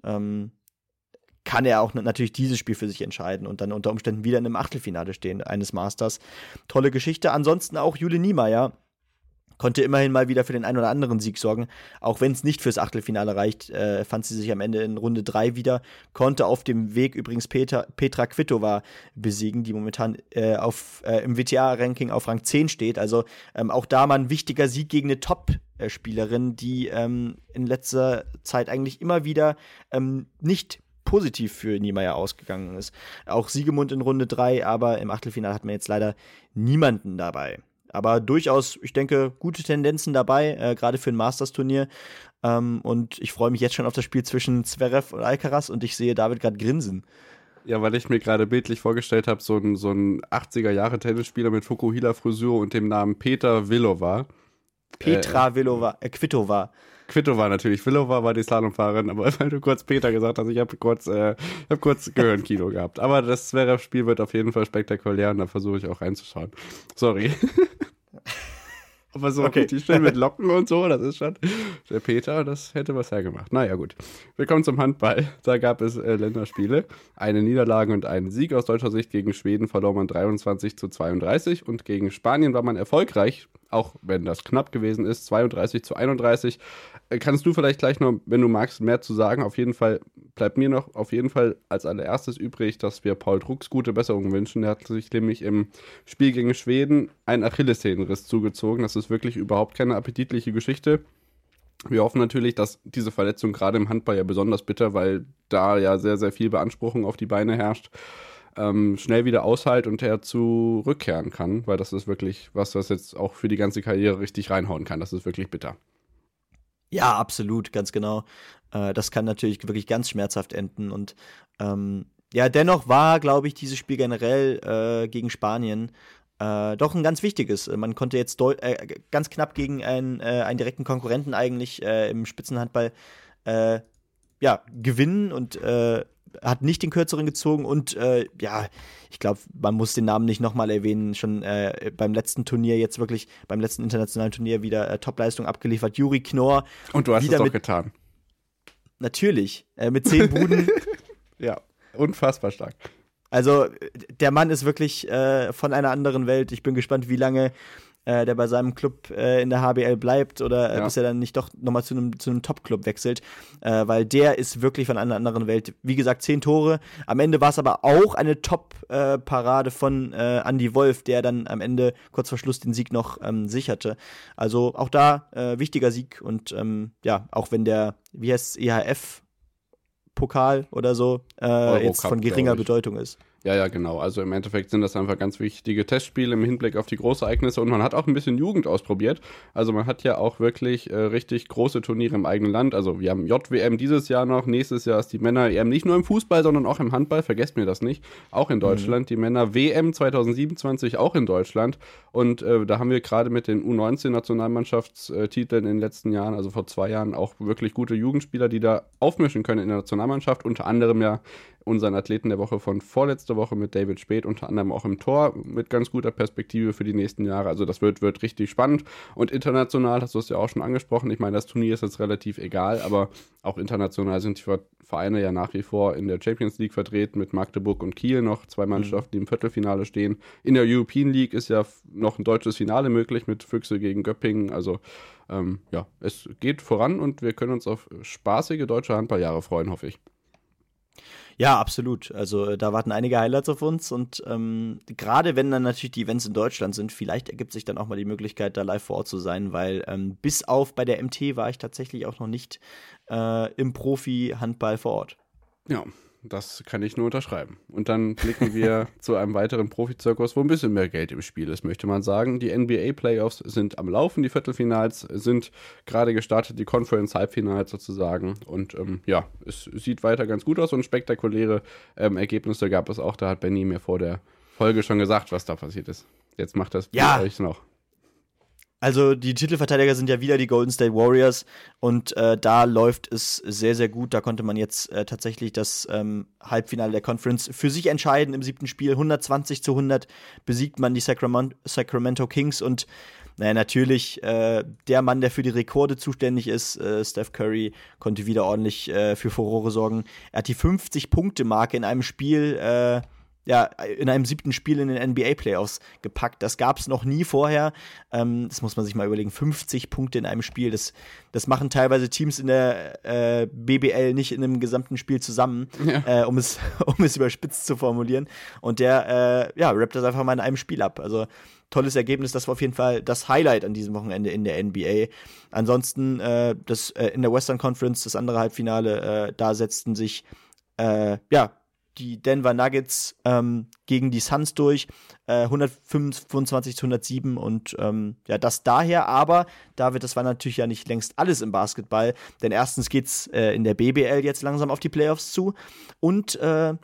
kann er auch natürlich dieses Spiel für sich entscheiden und dann unter Umständen wieder in einem Achtelfinale stehen eines Masters. Tolle Geschichte. Ansonsten auch Jule Niemeyer konnte immerhin mal wieder für den einen oder anderen Sieg sorgen. Auch wenn es nicht fürs Achtelfinale reicht, fand sie sich am Ende in Runde 3 wieder. Konnte auf dem Weg übrigens Petra Kvitova besiegen, die momentan im WTA-Ranking auf Rang 10 steht. Also auch da mal ein wichtiger Sieg gegen eine Top-Spielerin, die in letzter Zeit eigentlich immer wieder nicht positiv für Niemeyer ausgegangen ist. Auch Siegemund in Runde 3, aber im Achtelfinale hat man jetzt leider niemanden dabei. Aber durchaus, ich denke, gute Tendenzen dabei, gerade für ein Masters-Turnier. Und ich freue mich jetzt schon auf das Spiel zwischen Zverev und Alcaraz und ich sehe David gerade grinsen. Ja, weil ich mir gerade bildlich vorgestellt habe, so ein 80er-Jahre-Tennisspieler mit Fukuhila-Frisur und dem Namen Petra Vlhova. Kvitova. Kvitova natürlich. Vlhova war die Slalomfahrerin, aber weil du kurz Peter gesagt hast, ich habe kurz Gehirnkino gehabt. Aber das Zverev-Spiel wird auf jeden Fall spektakulär und da versuche ich auch reinzuschauen. Sorry. Aber so richtig schön mit Locken und so, das ist schon, der Peter, das hätte was hergemacht. Naja, gut. Wir kommen zum Handball. Da gab es Länderspiele. Eine Niederlage und einen Sieg aus deutscher Sicht. Gegen Schweden verlor man 23-32 und gegen Spanien war man erfolgreich, auch wenn das knapp gewesen ist, 32-31. Kannst du vielleicht gleich noch, wenn du magst, mehr zu sagen? Auf jeden Fall bleibt mir noch auf jeden Fall als allererstes übrig, dass wir Paul Drucks gute Besserung wünschen. Der hat sich nämlich im Spiel gegen Schweden einen Achillessehnenriss zugezogen. Das ist wirklich überhaupt keine appetitliche Geschichte. Wir hoffen natürlich, dass diese Verletzung gerade im Handball ja besonders bitter, weil da ja sehr, sehr viel Beanspruchung auf die Beine herrscht, schnell wieder aushält und er zurückkehren kann, weil das ist wirklich was jetzt auch für die ganze Karriere richtig reinhauen kann. Das ist wirklich bitter. Ja, absolut, ganz genau. Das kann natürlich wirklich ganz schmerzhaft enden. Und dennoch war, glaube ich, dieses Spiel generell gegen Spanien doch ein ganz wichtiges. Man konnte jetzt ganz knapp gegen einen direkten Konkurrenten eigentlich im Spitzenhandball gewinnen und hat nicht den Kürzeren gezogen und ich glaube, man muss den Namen nicht nochmal erwähnen, schon beim letzten Turnier jetzt wirklich, beim letzten internationalen Turnier wieder Topleistung abgeliefert, Juri Knorr. Und du hast es doch getan. Natürlich, mit 10 Buden. Ja, unfassbar stark. Also der Mann ist wirklich von einer anderen Welt. Ich bin gespannt, wie lange der bei seinem Club in der HBL bleibt oder bis er dann nicht doch nochmal zu einem Top-Club wechselt, weil der ist wirklich von einer anderen Welt. Wie gesagt, 10 Tore. Am Ende war es aber auch eine Top-Parade von Andy Wolf, der dann am Ende kurz vor Schluss den Sieg noch sicherte. Also auch da wichtiger Sieg und auch wenn der, wie heißt es, EHF-Pokal oder so, jetzt von geringer Bedeutung ist. Ja, genau. Also im Endeffekt sind das einfach ganz wichtige Testspiele im Hinblick auf die Großereignisse und man hat auch ein bisschen Jugend ausprobiert. Also man hat ja auch wirklich richtig große Turniere im eigenen Land. Also wir haben JWM dieses Jahr noch, nächstes Jahr ist die Männer-EM nicht nur im Fußball, sondern auch im Handball, vergesst mir das nicht, auch in Deutschland. Die Männer-WM 2027 auch in Deutschland und da haben wir gerade mit den U19-Nationalmannschaftstiteln in den letzten Jahren, also vor 2 Jahren, auch wirklich gute Jugendspieler, die da aufmischen können in der Nationalmannschaft, unter anderem ja unseren Athleten der Woche von vorletzter Woche mit David Speth, unter anderem auch im Tor, mit ganz guter Perspektive für die nächsten Jahre. Also das wird richtig spannend. Und international, hast du es ja auch schon angesprochen, ich meine, das Turnier ist jetzt relativ egal, aber auch international sind die Vereine ja nach wie vor in der Champions League vertreten, mit Magdeburg und Kiel noch 2 Mannschaften, die im Viertelfinale stehen. In der European League ist ja noch ein deutsches Finale möglich mit Füchse gegen Göppingen. Also es geht voran und wir können uns auf spaßige deutsche Handballjahre freuen, hoffe ich. Ja, absolut. Also da warten einige Highlights auf uns und gerade wenn dann natürlich die Events in Deutschland sind, vielleicht ergibt sich dann auch mal die Möglichkeit, da live vor Ort zu sein, weil bis auf bei der MT war ich tatsächlich auch noch nicht im Profi-Handball vor Ort. Ja, das kann ich nur unterschreiben. Und dann blicken wir zu einem weiteren Profizirkus, wo ein bisschen mehr Geld im Spiel ist, möchte man sagen. Die NBA-Playoffs sind am Laufen, die Viertelfinals sind gerade gestartet, die Conference-Halbfinals sozusagen. Und es sieht weiter ganz gut aus und spektakuläre Ergebnisse gab es auch. Da hat Benny mir vor der Folge schon gesagt, was da passiert ist. Jetzt macht das für euch noch. Also die Titelverteidiger sind ja wieder die Golden State Warriors und da läuft es sehr, sehr gut. Da konnte man jetzt tatsächlich das Halbfinale der Conference für sich entscheiden im 7. Spiel. 120-100 besiegt man die Sacramento Kings und natürlich der Mann, der für die Rekorde zuständig ist, Steph Curry, konnte wieder ordentlich für Furore sorgen. Er hat die 50-Punkte-Marke in einem Spiel in einem 7. Spiel in den NBA-Playoffs gepackt. Das gab es noch nie vorher. Das muss man sich mal überlegen. 50 Punkte in einem Spiel. Das machen teilweise Teams in der BBL nicht in einem gesamten Spiel zusammen, um es überspitzt zu formulieren. Und der rappt das einfach mal in einem Spiel ab. Also tolles Ergebnis. Das war auf jeden Fall das Highlight an diesem Wochenende in der NBA. Ansonsten in der Western Conference, das andere Halbfinale, da setzten sich die Denver Nuggets gegen die Suns durch, 125-107 und das daher, aber David, das war natürlich ja nicht längst alles im Basketball, denn erstens geht's in der BBL jetzt langsam auf die Playoffs zu und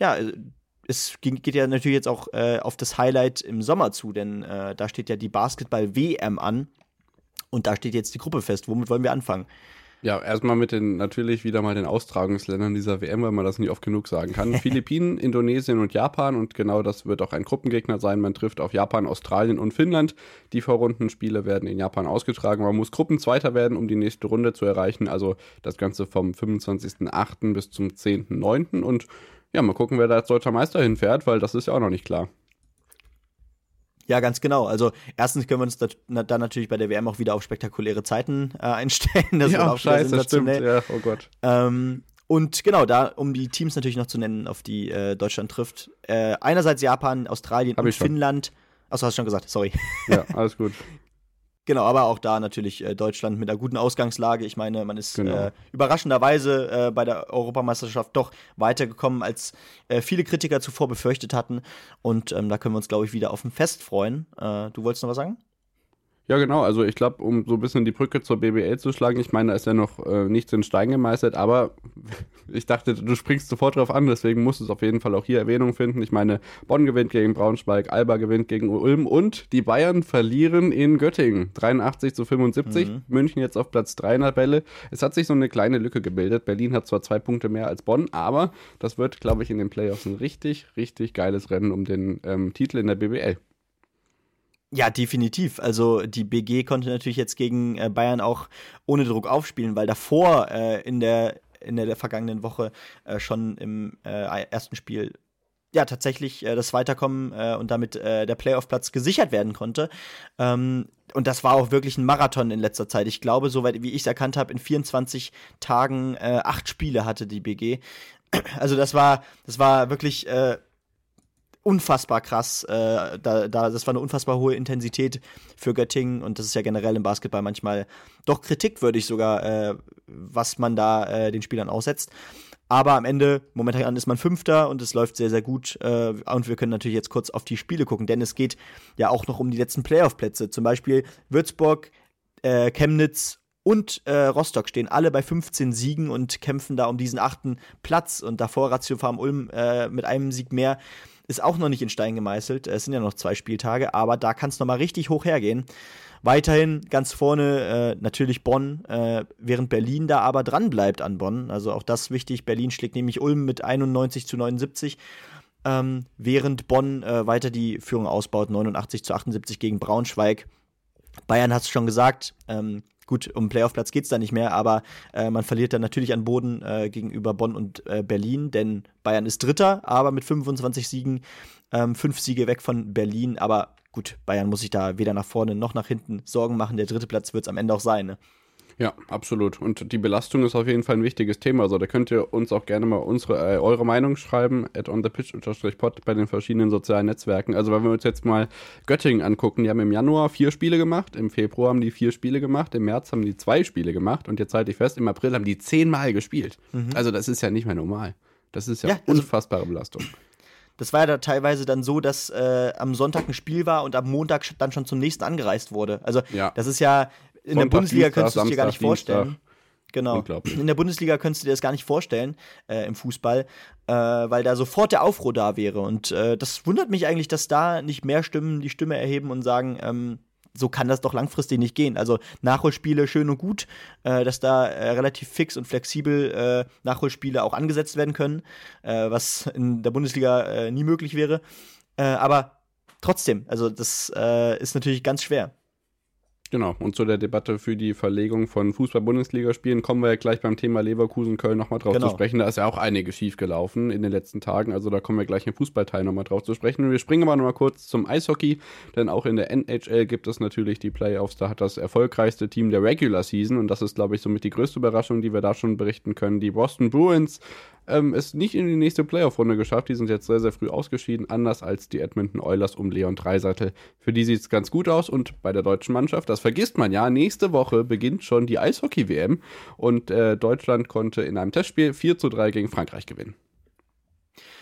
es geht ja natürlich jetzt auch auf das Highlight im Sommer zu, denn da steht ja die Basketball-WM an und da steht jetzt die Gruppe fest. Womit wollen wir anfangen? Ja, erstmal mit natürlich wieder mal den Austragungsländern dieser WM, weil man das nie oft genug sagen kann. Philippinen, Indonesien und Japan und genau das wird auch ein Gruppengegner sein. Man trifft auf Japan, Australien und Finnland. Die Vorrundenspiele werden in Japan ausgetragen. Man muss Gruppenzweiter werden, um die nächste Runde zu erreichen. Also das Ganze vom 25.08. bis zum 10.09. Und ja, mal gucken, wer da als deutscher Meister hinfährt, weil das ist ja auch noch nicht klar. Ja, ganz genau. Also erstens können wir uns dann natürlich bei der WM auch wieder auf spektakuläre Zeiten einstellen. Das wird auch scheiße, stimmt. Ja, oh Gott. Und genau, da, um die Teams natürlich noch zu nennen, auf die Deutschland trifft. Einerseits Japan, Australien und Finnland. Achso, hast du schon gesagt, sorry. Ja, alles gut. Genau, aber auch da natürlich Deutschland mit einer guten Ausgangslage. Ich meine, man ist überraschenderweise bei der Europameisterschaft doch weitergekommen, als viele Kritiker zuvor befürchtet hatten. Und da können wir uns, glaube ich, wieder auf ein Fest freuen. Du wolltest noch was sagen? Ja, genau. Also ich glaube, um so ein bisschen die Brücke zur BBL zu schlagen, ich meine, da ist ja noch nichts in Stein gemeißelt, aber ich dachte, du springst sofort drauf an, deswegen muss es auf jeden Fall auch hier Erwähnung finden. Ich meine, Bonn gewinnt gegen Braunschweig, Alba gewinnt gegen Ulm und die Bayern verlieren in Göttingen. 83-75, München jetzt auf Platz 3 in der Tabelle. Es hat sich so eine kleine Lücke gebildet. Berlin hat zwar 2 Punkte mehr als Bonn, aber das wird, glaube ich, in den Playoffs ein richtig, richtig geiles Rennen um den Titel in der BBL. Ja, definitiv. Also die BG konnte natürlich jetzt gegen Bayern auch ohne Druck aufspielen, weil davor in der vergangenen Woche schon im ersten Spiel ja tatsächlich das Weiterkommen und damit der Playoff-Platz gesichert werden konnte. Und das war auch wirklich ein Marathon in letzter Zeit. Ich glaube, soweit wie ich es erkannt habe, in 24 Tagen 8 Spiele hatte die BG. Also das war wirklich unfassbar krass. Das war eine unfassbar hohe Intensität für Göttingen und das ist ja generell im Basketball manchmal doch kritikwürdig sogar, was man da den Spielern aussetzt. Aber am Ende, momentan ist man Fünfter und es läuft sehr, sehr gut. Und wir können natürlich jetzt kurz auf die Spiele gucken, denn es geht ja auch noch um die letzten Playoff-Plätze. Zum Beispiel Würzburg, Chemnitz und Rostock stehen alle bei 15 Siegen und kämpfen da um diesen 8. Platz. Und davor Ratio Farm Ulm mit einem Sieg mehr ist auch noch nicht in Stein gemeißelt. Es sind ja noch 2 Spieltage, aber da kann es nochmal richtig hoch hergehen. Weiterhin ganz vorne natürlich Bonn, während Berlin da aber dran bleibt an Bonn. Also auch das wichtig. Berlin schlägt nämlich Ulm mit 91-79, während Bonn weiter die Führung ausbaut, 89-78 gegen Braunschweig. Bayern hat es schon gesagt, gut, um Playoff-Platz geht es da nicht mehr, aber man verliert dann natürlich an Boden gegenüber Bonn und Berlin, denn Bayern ist Dritter, aber mit 25 Siegen, 5 Siege weg von Berlin, aber gut, Bayern muss sich da weder nach vorne noch nach hinten Sorgen machen, der 3. Platz wird es am Ende auch sein, ne? Ja, absolut. Und die Belastung ist auf jeden Fall ein wichtiges Thema. Also da könnt ihr uns auch gerne mal eure Meinung schreiben, @onthepitch_pod bei den verschiedenen sozialen Netzwerken. Also wenn wir uns jetzt mal Göttingen angucken, die haben im Januar 4 Spiele gemacht, im Februar haben die 4 Spiele gemacht, im März haben die 2 Spiele gemacht und jetzt halte ich fest, im April haben die 10 Mal gespielt. Also das ist ja nicht mehr normal. Das ist ja unfassbare Belastung. Das war ja da teilweise dann so, dass am Sonntag ein Spiel war und am Montag dann schon zum nächsten angereist wurde. Also das ist ja in der Bundesliga könntest du es dir gar nicht vorstellen. Genau. In der Bundesliga könntest du dir das gar nicht vorstellen, im Fußball, weil da sofort der Aufruhr da wäre. Und das wundert mich eigentlich, dass da nicht mehr Stimmen die Stimme erheben und sagen, so kann das doch langfristig nicht gehen. Also Nachholspiele schön und gut, dass da relativ fix und flexibel Nachholspiele auch angesetzt werden können, was in der Bundesliga nie möglich wäre. Aber trotzdem, also das ist natürlich ganz schwer. Genau, und zu der Debatte für die Verlegung von Fußball-Bundesligaspielen kommen wir ja gleich beim Thema Leverkusen-Köln nochmal drauf zu sprechen. Da ist ja auch einiges schief gelaufen in den letzten Tagen, also da kommen wir gleich im Fußballteil nochmal drauf zu sprechen. Und wir springen aber nochmal kurz zum Eishockey, denn auch in der NHL gibt es natürlich die Playoffs. Da hat das erfolgreichste Team der Regular Season, und das ist, glaube ich, somit die größte Überraschung, die wir da schon berichten können, die Boston Bruins, es nicht in die nächste Playoff-Runde geschafft. Die sind jetzt sehr, sehr früh ausgeschieden, anders als die Edmonton Oilers um Leon Draisaitl. Für die sieht es ganz gut aus, und bei der deutschen Mannschaft, das vergisst man ja, nächste Woche beginnt schon die Eishockey-WM, und Deutschland konnte in einem Testspiel 4:3 gegen Frankreich gewinnen.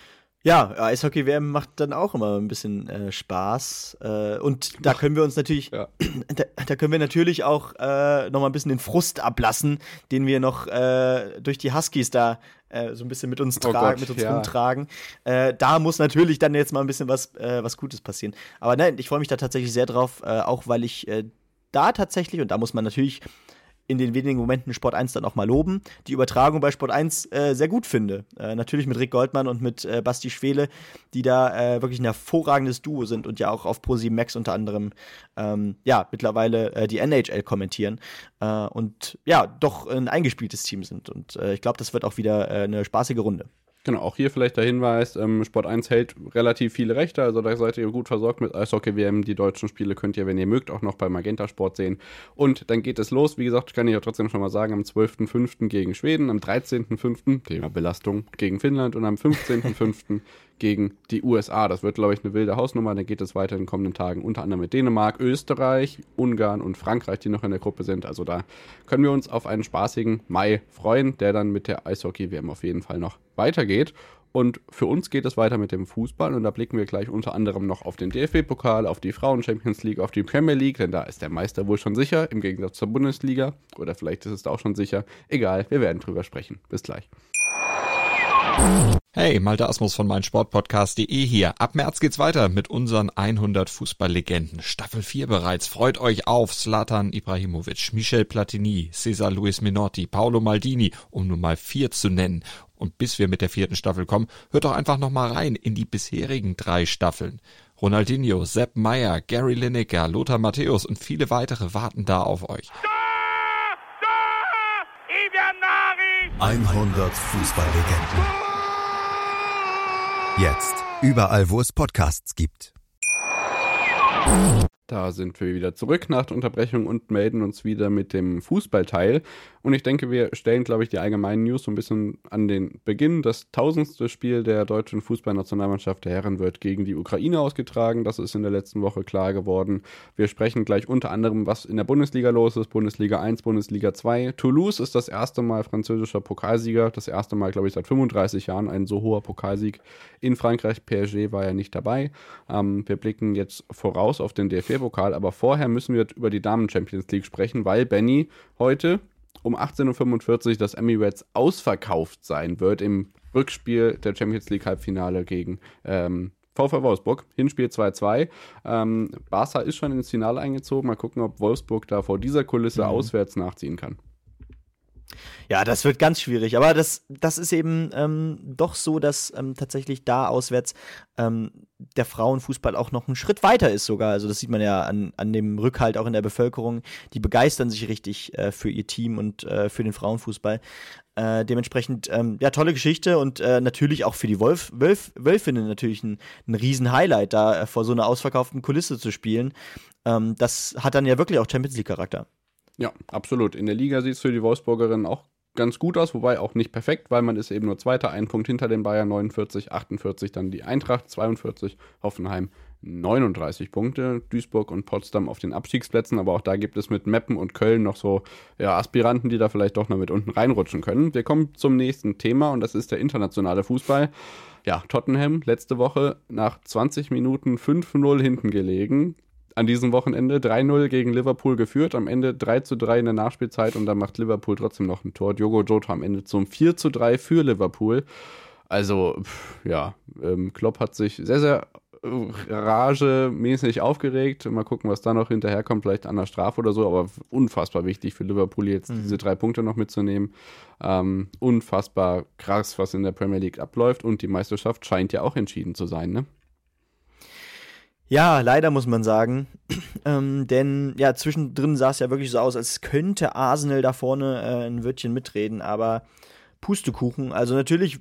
Ja, Eishockey-WM macht dann auch immer ein bisschen Spaß. Und da können wir uns natürlich, da können wir natürlich auch noch mal ein bisschen den Frust ablassen, den wir noch durch die Huskies da so ein bisschen mit uns rumtragen. Da muss natürlich dann jetzt mal ein bisschen was Gutes passieren. Aber nein, ich freue mich da tatsächlich sehr drauf, auch weil ich da tatsächlich, und da muss man natürlich in den wenigen Momenten Sport 1 dann auch mal loben, die Übertragung bei Sport 1 sehr gut finde. Natürlich mit Rick Goldmann und mit Basti Schwele, die da wirklich ein hervorragendes Duo sind und ja auch auf Pro7 Max unter anderem mittlerweile die NHL kommentieren und ja, doch ein eingespieltes Team sind. Und ich glaube, das wird auch wieder eine spaßige Runde. Genau, auch hier vielleicht der Hinweis, Sport 1 hält relativ viele Rechte, also da seid ihr gut versorgt mit Eishockey-WM. Die deutschen Spiele könnt ihr, wenn ihr mögt, auch noch bei Magenta Sport sehen. Und dann geht es los, wie gesagt, kann ich ja trotzdem schon mal sagen, am 12.05. gegen Schweden, am 13.05. Thema Belastung gegen Finnland und am 15.05. gegen die USA. Das wird, glaube ich, eine wilde Hausnummer. Dann geht es weiter in den kommenden Tagen, unter anderem mit Dänemark, Österreich, Ungarn und Frankreich, die noch in der Gruppe sind. Also da können wir uns auf einen spaßigen Mai freuen, der dann mit der Eishockey-WM auf jeden Fall noch weitergeht. Und für uns geht es weiter mit dem Fußball und da blicken wir gleich unter anderem noch auf den DFB-Pokal, auf die Frauen-Champions League, auf die Premier League, denn da ist der Meister wohl schon sicher, im Gegensatz zur Bundesliga. Oder vielleicht ist es da auch schon sicher. Egal, wir werden drüber sprechen. Bis gleich. Hey, Malte Asmus von meinsportpodcast.de hier. Ab März geht's weiter mit unseren 100 Fußballlegenden. Staffel 4 bereits. Freut euch auf Zlatan Ibrahimovic, Michel Platini, Cesar Luis Menotti, Paolo Maldini, um nur mal 4 zu nennen. Und bis wir mit der 4. Staffel kommen, hört doch einfach noch mal rein in die bisherigen 3 Staffeln. Ronaldinho, Sepp Maier, Gary Lineker, Lothar Matthäus und viele weitere warten da auf euch. 100 Fußballlegenden. Jetzt überall, wo es Podcasts gibt. Da sind wir wieder zurück nach der Unterbrechung und melden uns wieder mit dem Fußballteil. Und ich denke, wir stellen, glaube ich, die allgemeinen News so ein bisschen an den Beginn. Das 1000. Spiel der deutschen Fußballnationalmannschaft der Herren wird gegen die Ukraine ausgetragen. Das ist in der letzten Woche klar geworden. Wir sprechen gleich unter anderem, was in der Bundesliga los ist. Bundesliga 1, Bundesliga 2. Toulouse ist das erste Mal französischer Pokalsieger. Das erste Mal, glaube ich, seit 35 Jahren ein so hoher Pokalsieg in Frankreich. PSG war ja nicht dabei. Wir blicken jetzt voraus auf den DFB-Pokal, aber vorher müssen wir über die Damen-Champions League sprechen, weil Benny heute um 18.45 Uhr das Emirates ausverkauft sein wird im Rückspiel der Champions League Halbfinale gegen VfL Wolfsburg. Hinspiel 2-2. Barca ist schon ins Finale eingezogen. Mal gucken, ob Wolfsburg da vor dieser Kulisse auswärts nachziehen kann. Ja, das wird ganz schwierig, aber das ist eben doch so, dass tatsächlich da auswärts der Frauenfußball auch noch einen Schritt weiter ist sogar. Also das sieht man ja an dem Rückhalt auch in der Bevölkerung. Die begeistern sich richtig für ihr Team und für den Frauenfußball. Dementsprechend, tolle Geschichte und natürlich auch für die Wölfinnen natürlich ein Riesen-Highlight, da vor so einer ausverkauften Kulisse zu spielen. Das hat dann ja wirklich auch Champions-League-Charakter. Ja, absolut. In der Liga sieht es für die Wolfsburgerinnen auch ganz gut aus, wobei auch nicht perfekt, weil man ist eben nur Zweiter, 1 Punkt hinter den Bayern, 49, 48, dann die Eintracht, 42, Hoffenheim, 39 Punkte, Duisburg und Potsdam auf den Abstiegsplätzen, aber auch da gibt es mit Meppen und Köln noch so Aspiranten, die da vielleicht doch noch mit unten reinrutschen können. Wir kommen zum nächsten Thema und das ist der internationale Fußball. Ja, Tottenham letzte Woche nach 20 Minuten 5-0 hinten gelegen. An diesem Wochenende 3-0 gegen Liverpool geführt, am Ende 3-3 in der Nachspielzeit und dann macht Liverpool trotzdem noch ein Tor. Diogo Jota am Ende zum 4-3 für Liverpool. Also, Klopp hat sich sehr, sehr ragemäßig aufgeregt. Mal gucken, was da noch hinterherkommt, vielleicht an der Strafe oder so, aber unfassbar wichtig für Liverpool jetzt diese 3 Punkte noch mitzunehmen. Unfassbar krass, was in der Premier League abläuft und die Meisterschaft scheint ja auch entschieden zu sein, ne? Ja, leider muss man sagen, denn ja, zwischendrin sah es ja wirklich so aus, als könnte Arsenal da vorne ein Wörtchen mitreden, aber Pustekuchen, also natürlich,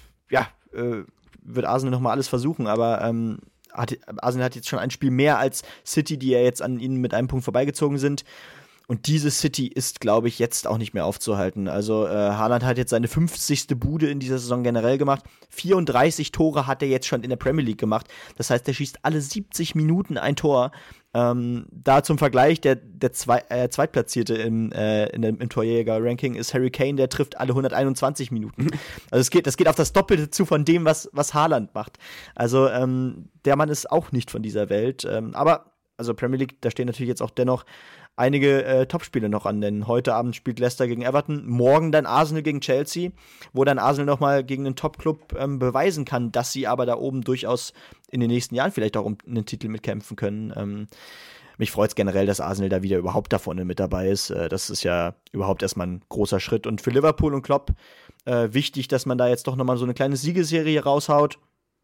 wird Arsenal nochmal alles versuchen, aber Arsenal hat jetzt schon ein Spiel mehr als City, die ja jetzt an ihnen mit einem Punkt vorbeigezogen sind. Und diese City ist, glaube ich, jetzt auch nicht mehr aufzuhalten. Also Haaland hat jetzt seine 50. Bude in dieser Saison generell gemacht. 34 Tore hat er jetzt schon in der Premier League gemacht. Das heißt, er schießt alle 70 Minuten ein Tor. Da zum Vergleich, der Zweitplatzierte im Torjäger-Ranking ist Harry Kane, der trifft alle 121 Minuten. Also das geht auf das Doppelte zu von dem, was Haaland macht. Also der Mann ist auch nicht von dieser Welt. Aber also Premier League, da stehen natürlich jetzt auch dennoch einige Topspiele noch an, denn heute Abend spielt Leicester gegen Everton, morgen dann Arsenal gegen Chelsea, wo dann Arsenal nochmal gegen einen Top-Club beweisen kann, dass sie aber da oben durchaus in den nächsten Jahren vielleicht auch um einen Titel mitkämpfen können. Mich freut es generell, dass Arsenal da wieder überhaupt da vorne mit dabei ist. Das ist ja überhaupt erstmal ein großer Schritt. Und für Liverpool und Klopp wichtig, dass man da jetzt doch nochmal so eine kleine Siegesserie raushaut.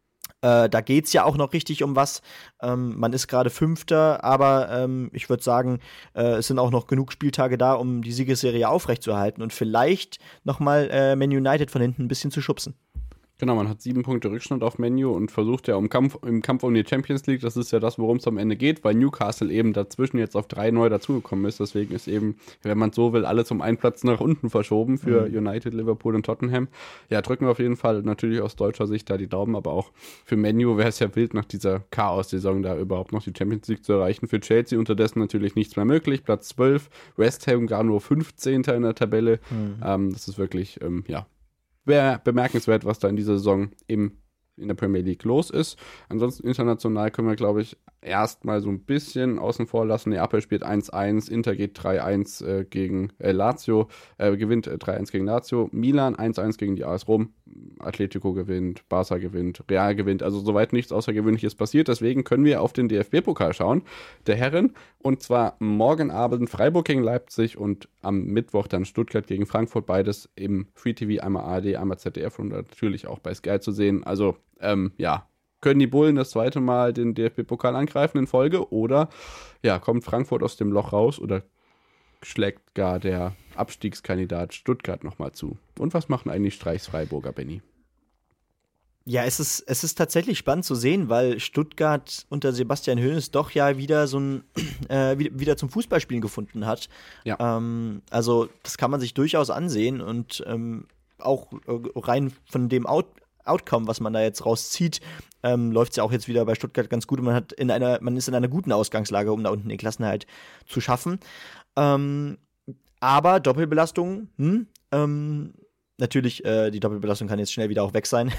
Da geht's ja auch noch richtig um was. Man ist gerade Fünfter, aber ich würde sagen, es sind auch noch genug Spieltage da, um die Siegesserie aufrechtzuerhalten und vielleicht nochmal Man United von hinten ein bisschen zu schubsen. Genau, man hat 7 Punkte Rückstand auf Man U und versucht ja im Kampf um die Champions League, das ist ja das, worum es am Ende geht, weil Newcastle eben dazwischen jetzt auf 3 neu dazugekommen ist. Deswegen ist eben, wenn man so will, alles um einen Platz nach unten verschoben für United, Liverpool und Tottenham. Ja, drücken wir auf jeden Fall natürlich aus deutscher Sicht da die Daumen, aber auch für Man U wäre es ja wild, nach dieser Chaos-Saison da überhaupt noch die Champions League zu erreichen. Für Chelsea unterdessen natürlich nichts mehr möglich. Platz 12, West Ham gar nur 15. in der Tabelle. Das ist wirklich, wäre bemerkenswert, was da in dieser Saison in der Premier League los ist. Ansonsten international können wir, glaube ich, erstmal so ein bisschen außen vor lassen. Neapel spielt 1-1, Inter geht 3-1 gegen Lazio, gewinnt 3-1 gegen Lazio, Milan 1-1 gegen die AS Rom, Atletico gewinnt, Barca gewinnt, Real gewinnt, also soweit nichts Außergewöhnliches passiert. Deswegen können wir auf den DFB-Pokal schauen, der Herren, und zwar morgen Abend Freiburg gegen Leipzig und am Mittwoch dann Stuttgart gegen Frankfurt, beides im Free TV, einmal ARD, einmal ZDF und natürlich auch bei Sky zu sehen. Also, können die Bullen das zweite Mal den DFB-Pokal angreifen in Folge oder kommt Frankfurt aus dem Loch raus oder schlägt gar der Abstiegskandidat Stuttgart nochmal zu? Und was machen eigentlich Streichs Freiburger, Benny? Ja, es ist tatsächlich spannend zu sehen, weil Stuttgart unter Sebastian Hoeneß doch ja wieder wieder zum Fußballspielen gefunden hat. Ja. Also das kann man sich durchaus ansehen und auch rein von dem Outcome, was man da jetzt rauszieht, läuft es ja auch jetzt wieder bei Stuttgart ganz gut und man ist in einer guten Ausgangslage, um da unten den Klassenerhalt zu schaffen. Aber Doppelbelastung, natürlich, die Doppelbelastung kann jetzt schnell wieder auch weg sein.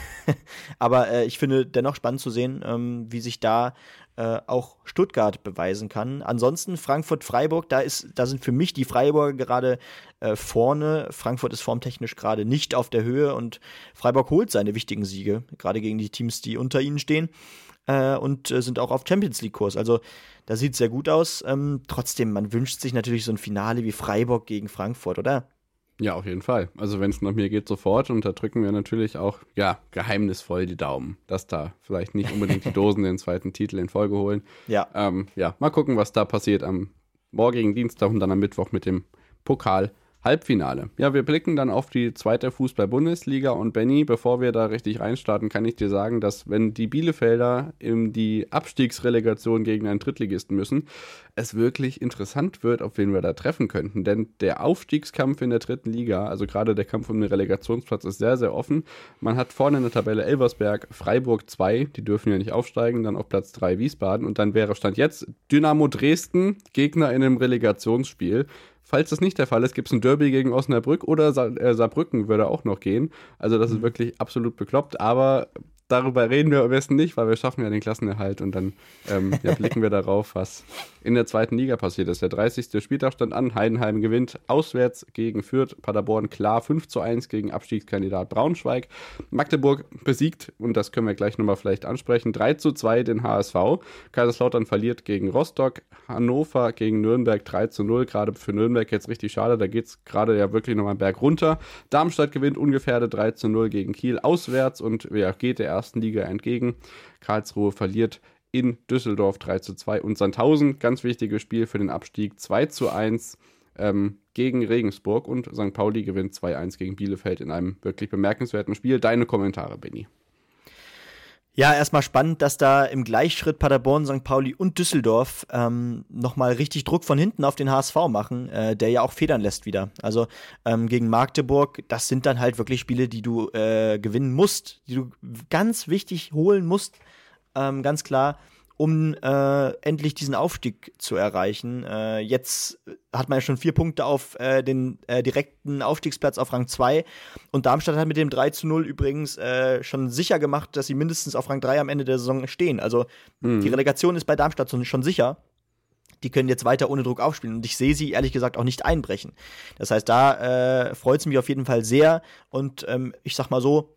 Aber ich finde dennoch spannend zu sehen, wie sich da auch Stuttgart beweisen kann. Ansonsten Frankfurt-Freiburg, da sind für mich die Freiburger gerade vorne. Frankfurt ist formtechnisch gerade nicht auf der Höhe und Freiburg holt seine wichtigen Siege, gerade gegen die Teams, die unter ihnen stehen. Und sind auch auf Champions-League-Kurs. Also da sieht es sehr gut aus. Trotzdem, man wünscht sich natürlich so ein Finale wie Freiburg gegen Frankfurt, oder? Ja, auf jeden Fall. Also wenn es nach mir geht, sofort. Und da drücken wir natürlich auch, geheimnisvoll die Daumen, dass da vielleicht nicht unbedingt die Dosen den zweiten Titel in Folge holen. Ja. Mal gucken, was da passiert am morgigen Dienstag und dann am Mittwoch mit dem Pokal-Halbfinale. Ja, wir blicken dann auf die zweite Fußball-Bundesliga und Benny, bevor wir da richtig reinstarten, kann ich dir sagen, dass wenn die Bielefelder in die Abstiegsrelegation gegen einen Drittligisten müssen, es wirklich interessant wird, auf wen wir da treffen könnten. Denn der Aufstiegskampf in der dritten Liga, also gerade der Kampf um den Relegationsplatz, ist sehr, sehr offen. Man hat vorne in der Tabelle Elversberg, Freiburg 2, die dürfen ja nicht aufsteigen, dann auf Platz 3 Wiesbaden und dann wäre Stand jetzt Dynamo Dresden Gegner in einem Relegationsspiel. Falls das nicht der Fall ist, gibt es ein Derby gegen Osnabrück oder Saarbrücken würde auch noch gehen. Also das ist wirklich absolut bekloppt, aber darüber reden wir am besten nicht, weil wir schaffen ja den Klassenerhalt und dann blicken wir darauf, was in der zweiten Liga passiert ist. Der 30. Spieltag stand an, Heidenheim gewinnt auswärts gegen Fürth, Paderborn klar 5-1 gegen Abstiegskandidat Braunschweig. Magdeburg besiegt, und das können wir gleich nochmal vielleicht ansprechen, 3-2 den HSV. Kaiserslautern verliert gegen Rostock, Hannover gegen Nürnberg 3-0, gerade für Nürnberg jetzt richtig schade, da geht es gerade ja wirklich nochmal einen Berg runter. Darmstadt gewinnt ungefährdet 3-0 gegen Kiel auswärts und geht der ersten Liga entgegen. Karlsruhe verliert in Düsseldorf 3-2 und Sandhausen, ganz wichtiges Spiel für den Abstieg, 2-1 gegen Regensburg und St. Pauli gewinnt 2-1 gegen Bielefeld in einem wirklich bemerkenswerten Spiel. Deine Kommentare, Benni? Ja, erstmal spannend, dass da im Gleichschritt Paderborn, St. Pauli und Düsseldorf nochmal richtig Druck von hinten auf den HSV machen, der ja auch federn lässt wieder. Also gegen Magdeburg, das sind dann halt wirklich Spiele, die du gewinnen musst, die du ganz wichtig holen musst, ganz klar, um endlich diesen Aufstieg zu erreichen. Jetzt hat man ja schon 4 Punkte auf den direkten Aufstiegsplatz auf Rang 2 und Darmstadt hat mit dem 3:0 übrigens schon sicher gemacht, dass sie mindestens auf Rang 3 am Ende der Saison stehen. Also die Relegation ist bei Darmstadt schon sicher. Die können jetzt weiter ohne Druck aufspielen und ich sehe sie ehrlich gesagt auch nicht einbrechen. Das heißt, da freut es mich auf jeden Fall sehr und ich sag mal so,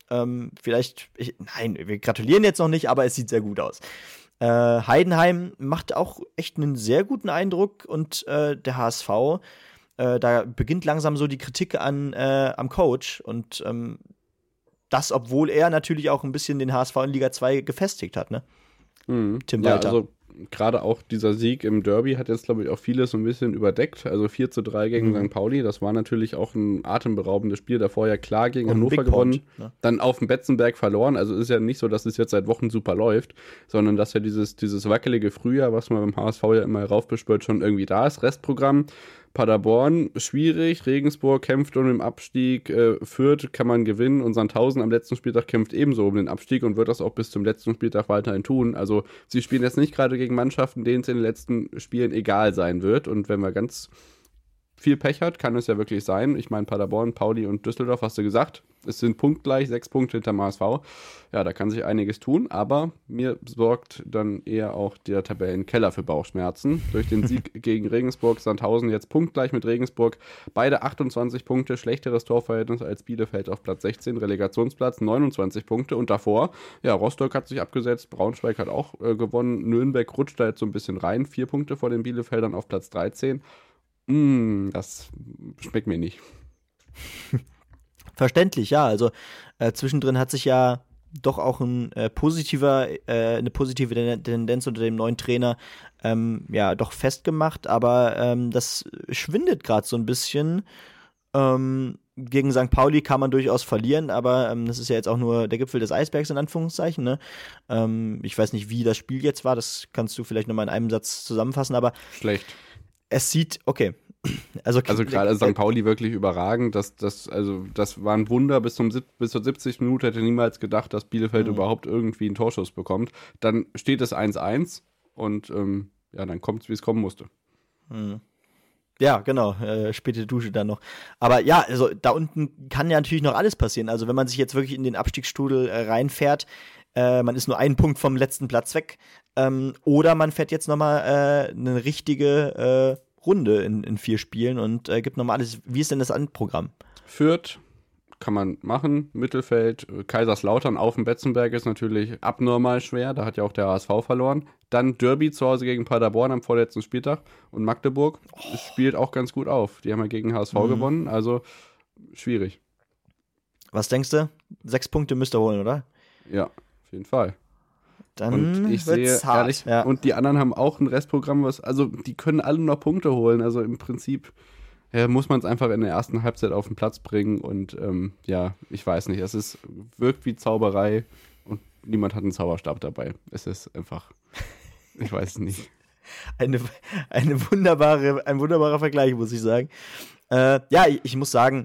wir gratulieren jetzt noch nicht, aber es sieht sehr gut aus. Heidenheim macht auch echt einen sehr guten Eindruck und der HSV, da beginnt langsam so die Kritik am Coach und das, obwohl er natürlich auch ein bisschen den HSV in Liga 2 gefestigt hat, ne? Tim Walter. Also gerade auch dieser Sieg im Derby hat jetzt, glaube ich, auch vieles so ein bisschen überdeckt. Also 4:3 gegen St. Pauli, das war natürlich auch ein atemberaubendes Spiel. Davor ja klar gegen Hannover gewonnen, ne? Dann auf dem Betzenberg verloren. Also ist ja nicht so, dass es jetzt seit Wochen super läuft, sondern dass ja dieses wackelige Frühjahr, was man beim HSV ja immer raufbespürt, schon irgendwie da ist. Restprogramm Paderborn, schwierig, Regensburg kämpft um den Abstieg, Fürth kann man gewinnen und Sandhausen am letzten Spieltag kämpft ebenso um den Abstieg und wird das auch bis zum letzten Spieltag weiterhin tun. Also sie spielen jetzt nicht gerade gegen Mannschaften, denen es in den letzten Spielen egal sein wird und wenn man ganz viel Pech hat, kann es ja wirklich sein. Ich meine Paderborn, Pauli und Düsseldorf, hast du gesagt, es sind punktgleich, 6 Punkte hinterm HSV. Ja, da kann sich einiges tun, aber mir sorgt dann eher auch der Tabellenkeller für Bauchschmerzen. Durch den Sieg gegen Regensburg, Sandhausen jetzt punktgleich mit Regensburg. Beide 28 Punkte, schlechteres Torverhältnis als Bielefeld auf Platz 16, Relegationsplatz 29 Punkte und davor, ja, Rostock hat sich abgesetzt, Braunschweig hat auch gewonnen, Nürnberg rutscht da jetzt so ein bisschen rein, 4 Punkte vor den Bielefeldern auf Platz 13. Das schmeckt mir nicht. Verständlich, ja. Also zwischendrin hat sich ja doch auch eine positive Tendenz unter dem neuen Trainer doch festgemacht, aber das schwindet gerade so ein bisschen. Gegen St. Pauli kann man durchaus verlieren, aber das ist ja jetzt auch nur der Gipfel des Eisbergs in Anführungszeichen. Ne? Ich weiß nicht, wie das Spiel jetzt war, das kannst du vielleicht nochmal in einem Satz zusammenfassen, aber schlecht. Es sieht, okay. Also gerade St. Pauli wirklich überragend. Das war ein Wunder. Bis zur 70. Minute hätte niemals gedacht, dass Bielefeld überhaupt irgendwie einen Torschuss bekommt. Dann steht es 1:1 und dann kommt es, wie es kommen musste. Ja, genau. Späte Dusche dann noch. Aber ja, also da unten kann ja natürlich noch alles passieren. Also wenn man sich jetzt wirklich in den Abstiegsstrudel reinfährt, man ist nur einen Punkt vom letzten Platz weg, oder man fährt jetzt nochmal eine richtige Runde in 4 Spielen und gibt nochmal alles. Wie ist denn das Endprogramm? Fürth kann man machen, Mittelfeld, Kaiserslautern auf dem Betzenberg ist natürlich abnormal schwer, da hat ja auch der HSV verloren. Dann Derby zu Hause gegen Paderborn am vorletzten Spieltag und Magdeburg spielt auch ganz gut auf. Die haben ja gegen HSV gewonnen, also schwierig. Was denkst du? 6 Punkte müsst ihr holen, oder? Ja, auf jeden Fall. Dann und ich sehe hart. Ehrlich, ja. Und die anderen haben auch ein Restprogramm, also die können alle noch Punkte holen. Also im Prinzip muss man es einfach in der ersten Halbzeit auf den Platz bringen und ich weiß nicht, wirkt wie Zauberei und niemand hat einen Zauberstab dabei. Es ist einfach, ich weiß es nicht. ein wunderbarer Vergleich, muss ich sagen. Ich muss sagen,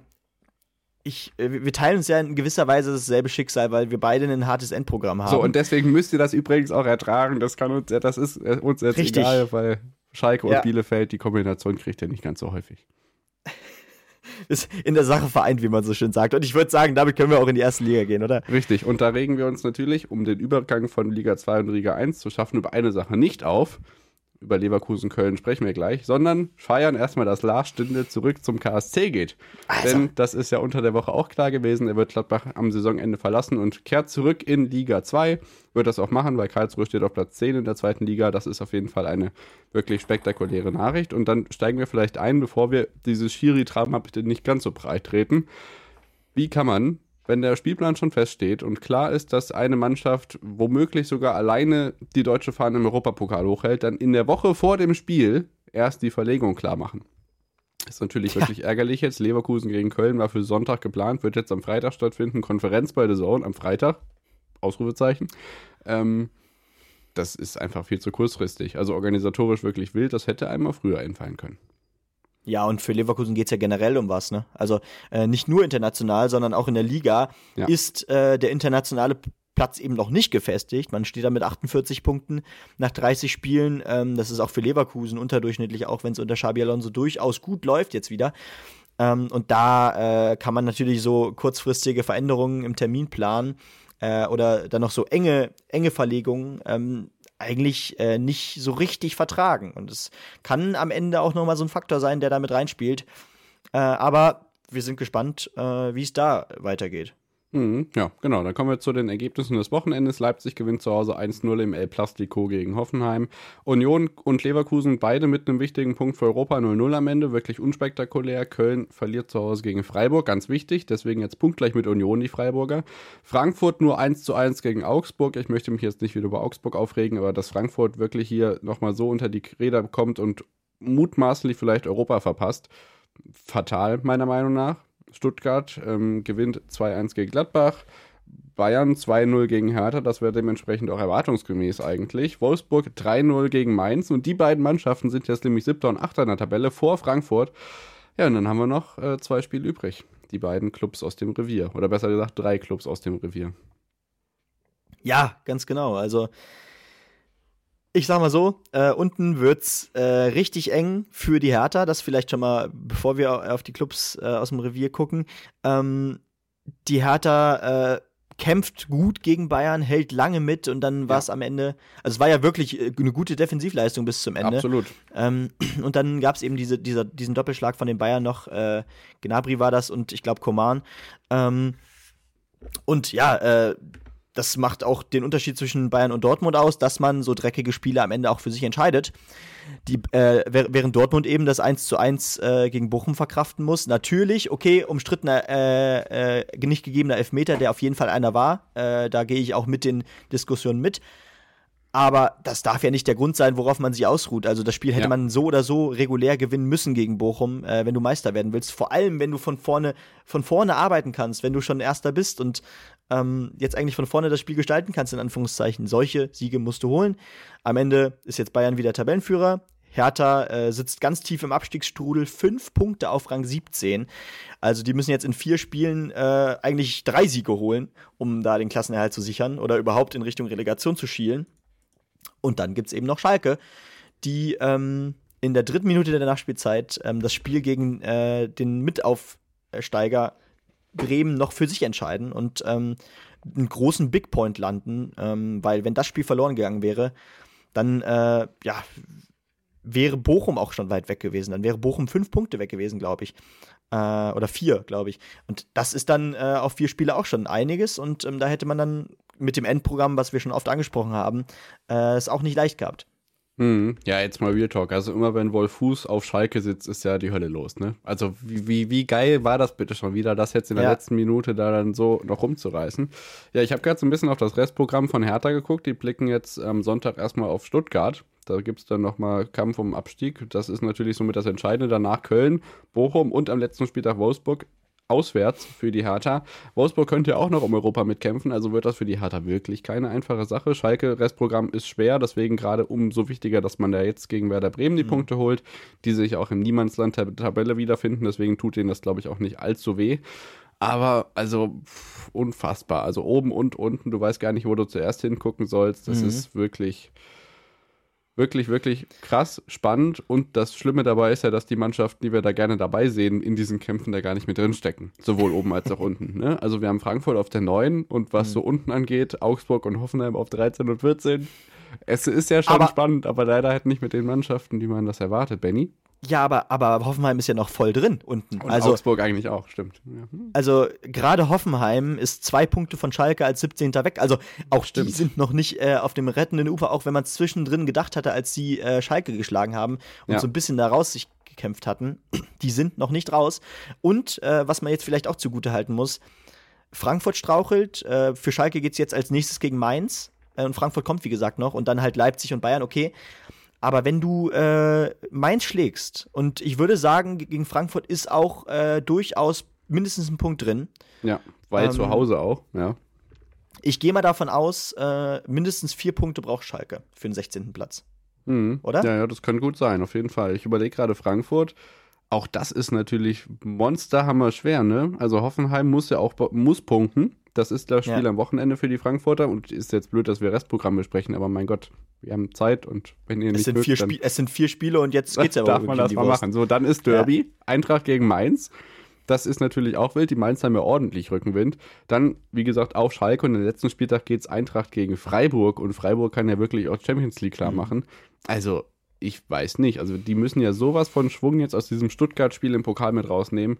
wir teilen uns ja in gewisser Weise dasselbe Schicksal, weil wir beide ein hartes Endprogramm haben. So, und deswegen müsst ihr das übrigens auch ertragen. Das ist uns jetzt Richtig. Egal, weil Schalke und Bielefeld, die Kombination kriegt ihr nicht ganz so häufig. Ist in der Sache vereint, wie man so schön sagt. Und ich würde sagen, damit können wir auch in die erste Liga gehen, oder? Richtig. Und da regen wir uns natürlich, um den Übergang von Liga 2 und Liga 1 zu schaffen, über eine Sache nicht auf. Über Leverkusen, Köln sprechen wir gleich, sondern feiern erstmal, dass Lars Stindl zurück zum KSC geht. Also. Denn das ist ja unter der Woche auch klar gewesen, er wird Gladbach am Saisonende verlassen und kehrt zurück in Liga 2. Wird das auch machen, weil Karlsruhe steht auf Platz 10 in der 2. Liga. Das ist auf jeden Fall eine wirklich spektakuläre Nachricht. Und dann steigen wir vielleicht ein, bevor wir dieses Schiri-Drama bitte nicht ganz so breit treten. Wie kann man, wenn der Spielplan schon feststeht und klar ist, dass eine Mannschaft womöglich sogar alleine die deutsche Fahne im Europapokal hochhält, dann in der Woche vor dem Spiel erst die Verlegung klar machen. Ist natürlich wirklich ärgerlich jetzt. Leverkusen gegen Köln war für Sonntag geplant, wird jetzt am Freitag stattfinden. Konferenz bei The Zone am Freitag. Ausrufezeichen. Das ist einfach viel zu kurzfristig. Also organisatorisch wirklich wild. Das hätte einmal früher einfallen können. Ja, und für Leverkusen geht es ja generell um was, ne? Also nicht nur international, sondern auch in der Liga ist der internationale Platz eben noch nicht gefestigt. Man steht da mit 48 Punkten nach 30 Spielen. Das ist auch für Leverkusen unterdurchschnittlich, auch wenn es unter Xabi Alonso durchaus gut läuft jetzt wieder. Und da kann man natürlich so kurzfristige Veränderungen im Terminplan oder dann noch so enge Verlegungen eigentlich nicht so richtig vertragen. Und es kann am Ende auch nochmal so ein Faktor sein, der da mit reinspielt. Aber wir sind gespannt, wie es da weitergeht. Ja, genau. Dann kommen wir zu den Ergebnissen des Wochenendes. Leipzig gewinnt zu Hause 1-0 im El Plastico gegen Hoffenheim. Union und Leverkusen beide mit einem wichtigen Punkt für Europa 0-0 am Ende. Wirklich unspektakulär. Köln verliert zu Hause gegen Freiburg. Ganz wichtig. Deswegen jetzt punktgleich mit Union, die Freiburger. Frankfurt nur 1-1 gegen Augsburg. Ich möchte mich jetzt nicht wieder über Augsburg aufregen, aber dass Frankfurt wirklich hier nochmal so unter die Räder kommt und mutmaßlich vielleicht Europa verpasst. Fatal, meiner Meinung nach. Stuttgart gewinnt 2-1 gegen Gladbach, Bayern 2-0 gegen Hertha, das wäre dementsprechend auch erwartungsgemäß eigentlich. Wolfsburg 3-0 gegen Mainz und die beiden Mannschaften sind jetzt nämlich 7. und 8. in der Tabelle vor Frankfurt. Ja, und dann haben wir noch 2 Spiele übrig. Die beiden Clubs aus dem Revier. Oder besser gesagt 3 Clubs aus dem Revier. Ja, ganz genau. Also ich sag mal so, unten wird's richtig eng für die Hertha. Das vielleicht schon mal, bevor wir auf die Clubs aus dem Revier gucken. Die Hertha kämpft gut gegen Bayern, hält lange mit und dann war es am Ende, also es war ja wirklich eine gute Defensivleistung bis zum Ende. Absolut. Und dann gab es eben diesen Doppelschlag von den Bayern noch, Gnabry war das und ich glaube Coman. Und ja, das macht auch den Unterschied zwischen Bayern und Dortmund aus, dass man so dreckige Spiele am Ende auch für sich entscheidet. Während Dortmund eben das 1:1 gegen Bochum verkraften muss. Natürlich, okay, umstrittener, nicht gegebener Elfmeter, der auf jeden Fall einer war. Da gehe ich auch mit den Diskussionen mit. Aber das darf ja nicht der Grund sein, worauf man sich ausruht. Also das Spiel hätte man so oder so regulär gewinnen müssen gegen Bochum, wenn du Meister werden willst. Vor allem, wenn du von vorne arbeiten kannst, wenn du schon Erster bist und jetzt eigentlich von vorne das Spiel gestalten kannst, in Anführungszeichen. Solche Siege musst du holen. Am Ende ist jetzt Bayern wieder Tabellenführer. Hertha sitzt ganz tief im Abstiegsstrudel, 5 Punkte auf Rang 17. Also die müssen jetzt in 4 Spielen eigentlich 3 Siege holen, um da den Klassenerhalt zu sichern oder überhaupt in Richtung Relegation zu schielen. Und dann gibt's eben noch Schalke, die in der 3. Minute der Nachspielzeit das Spiel gegen den Mitaufsteiger Bremen noch für sich entscheiden und einen großen Big Point landen, weil wenn das Spiel verloren gegangen wäre, dann wäre Bochum auch schon weit weg gewesen. Dann wäre Bochum 5 Punkte weg gewesen, glaube ich. Oder 4, glaube ich. Und das ist dann auf 4 Spiele auch schon einiges und da hätte man dann mit dem Endprogramm, was wir schon oft angesprochen haben, es auch nicht leicht gehabt. Ja, jetzt mal Real Talk. Also immer wenn Wolf Fuß auf Schalke sitzt, ist ja die Hölle los, ne? Also wie geil war das bitte schon wieder, das jetzt in der letzten Minute da dann so noch rumzureißen. Ja, ich habe gerade so ein bisschen auf das Restprogramm von Hertha geguckt. Die blicken jetzt am Sonntag erstmal auf Stuttgart. Da gibt es dann nochmal Kampf um Abstieg. Das ist natürlich somit das Entscheidende. Danach Köln, Bochum und am letzten Spieltag Wolfsburg. Auswärts für die Hertha. Wolfsburg könnte ja auch noch um Europa mitkämpfen, also wird das für die Hertha wirklich keine einfache Sache. Schalke, Restprogramm ist schwer, deswegen gerade umso wichtiger, dass man da jetzt gegen Werder Bremen die Punkte holt, die sich auch im Niemandsland der Tabelle wiederfinden, deswegen tut denen das, glaube ich, auch nicht allzu weh. Aber, also, unfassbar. Also oben und unten, du weißt gar nicht, wo du zuerst hingucken sollst. Das ist wirklich krass, spannend und das Schlimme dabei ist ja, dass die Mannschaften, die wir da gerne dabei sehen, in diesen Kämpfen da gar nicht mit drin stecken. Sowohl oben als auch unten. Ne? Also wir haben Frankfurt auf der 9 und was so unten angeht, Augsburg und Hoffenheim auf 13 und 14. Es ist ja schon spannend, aber leider halt nicht mit den Mannschaften, die man das erwartet, Benny. Ja, aber Hoffenheim ist ja noch voll drin unten. Und also, Augsburg eigentlich auch, stimmt. Ja. Also gerade Hoffenheim ist 2 Punkte von Schalke als 17. weg. Also auch die sind noch nicht auf dem rettenden Ufer, auch wenn man zwischendrin gedacht hatte, als sie Schalke geschlagen haben und so ein bisschen da raus sich gekämpft hatten. Die sind noch nicht raus. Und was man jetzt vielleicht auch zugute halten muss, Frankfurt strauchelt. Für Schalke geht's jetzt als nächstes gegen Mainz. Und Frankfurt kommt, wie gesagt, noch. Und dann halt Leipzig und Bayern, okay. Aber wenn du Mainz schlägst, und ich würde sagen, gegen Frankfurt ist auch durchaus mindestens ein Punkt drin. Ja, weil zu Hause auch, ja. Ich gehe mal davon aus, mindestens 4 Punkte braucht Schalke für den 16. Platz. Oder? Ja, das kann gut sein, auf jeden Fall. Ich überlege gerade Frankfurt. Auch das ist natürlich monsterhammer schwer, ne? Also Hoffenheim muss punkten. Das ist das Spiel am Wochenende für die Frankfurter und ist jetzt blöd, dass wir Restprogramm besprechen, aber mein Gott, wir haben Zeit und wenn ihr nicht mögt, es sind 4 Spiele und jetzt geht's aber darf man das mal machen. So, dann ist Derby, Eintracht gegen Mainz. Das ist natürlich auch wild. Die Mainz haben ja ordentlich Rückenwind. Dann, wie gesagt, auf Schalke und am letzten Spieltag geht's Eintracht gegen Freiburg und Freiburg kann ja wirklich auch Champions League klar machen. Also, ich weiß nicht. Also, die müssen ja sowas von Schwung jetzt aus diesem Stuttgart-Spiel im Pokal mit rausnehmen.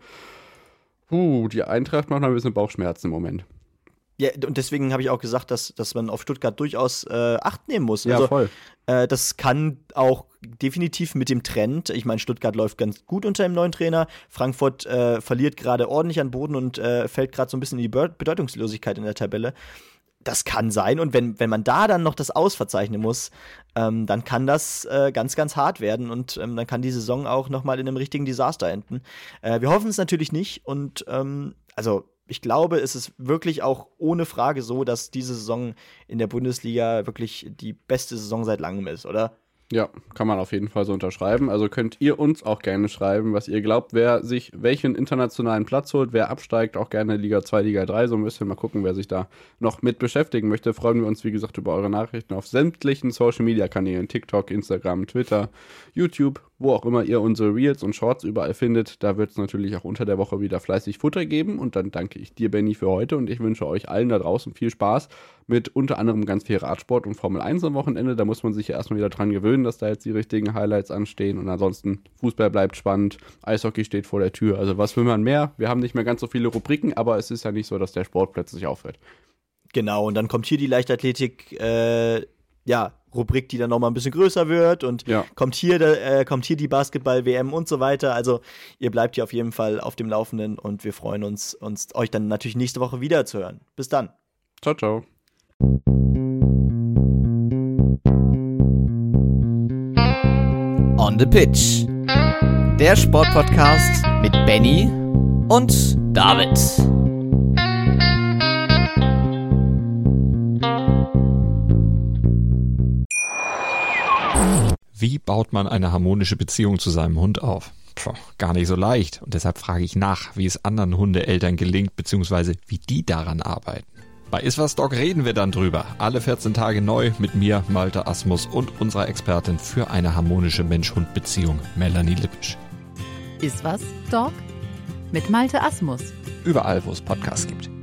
Die Eintracht macht noch ein bisschen Bauchschmerzen im Moment. Ja, und deswegen habe ich auch gesagt, dass man auf Stuttgart durchaus Acht nehmen muss. Ja, also, voll. Das kann auch definitiv mit dem Trend, ich meine, Stuttgart läuft ganz gut unter dem neuen Trainer, Frankfurt verliert gerade ordentlich an Boden und fällt gerade so ein bisschen in die Bedeutungslosigkeit in der Tabelle. Das kann sein und wenn man da dann noch das Aus verzeichnen muss, dann kann das ganz, ganz hart werden und dann kann die Saison auch nochmal in einem richtigen Desaster enden. Wir hoffen es natürlich nicht und ich glaube, es ist wirklich auch ohne Frage so, dass diese Saison in der Bundesliga wirklich die beste Saison seit langem ist, oder? Ja, kann man auf jeden Fall so unterschreiben. Also könnt ihr uns auch gerne schreiben, was ihr glaubt, wer sich welchen internationalen Platz holt, wer absteigt, auch gerne Liga 2, Liga 3, so ein bisschen mal gucken, wer sich da noch mit beschäftigen möchte. Freuen wir uns, wie gesagt, über eure Nachrichten auf sämtlichen Social-Media-Kanälen, TikTok, Instagram, Twitter, YouTube, wo auch immer ihr unsere Reels und Shorts überall findet. Da wird es natürlich auch unter der Woche wieder fleißig Futter geben und dann danke ich dir, Benni, für heute und ich wünsche euch allen da draußen viel Spaß mit unter anderem ganz viel Radsport und Formel 1 am Wochenende. Da muss man sich ja erstmal wieder dran gewöhnen, dass da jetzt die richtigen Highlights anstehen und ansonsten Fußball bleibt spannend, Eishockey steht vor der Tür. Also was will man mehr? Wir haben nicht mehr ganz so viele Rubriken, aber es ist ja nicht so, dass der Sport plötzlich aufhört. Genau, und dann kommt hier die Leichtathletik, Rubrik, die dann nochmal ein bisschen größer wird und kommt hier die Basketball-WM und so weiter. Also ihr bleibt hier auf jeden Fall auf dem Laufenden und wir freuen uns euch dann natürlich nächste Woche wieder zu hören. Bis dann. Ciao, ciao. On the Pitch. Der Sportpodcast mit Benni und David. Wie baut man eine harmonische Beziehung zu seinem Hund auf? Gar nicht so leicht. Und deshalb frage ich nach, wie es anderen Hundeeltern gelingt, beziehungsweise wie die daran arbeiten. Bei Iswas Dog reden wir dann drüber. Alle 14 Tage neu mit mir, Malte Asmus und unserer Expertin für eine harmonische Mensch-Hund-Beziehung, Melanie Lippisch. Iswas Dog mit Malte Asmus. Überall, wo es Podcasts gibt.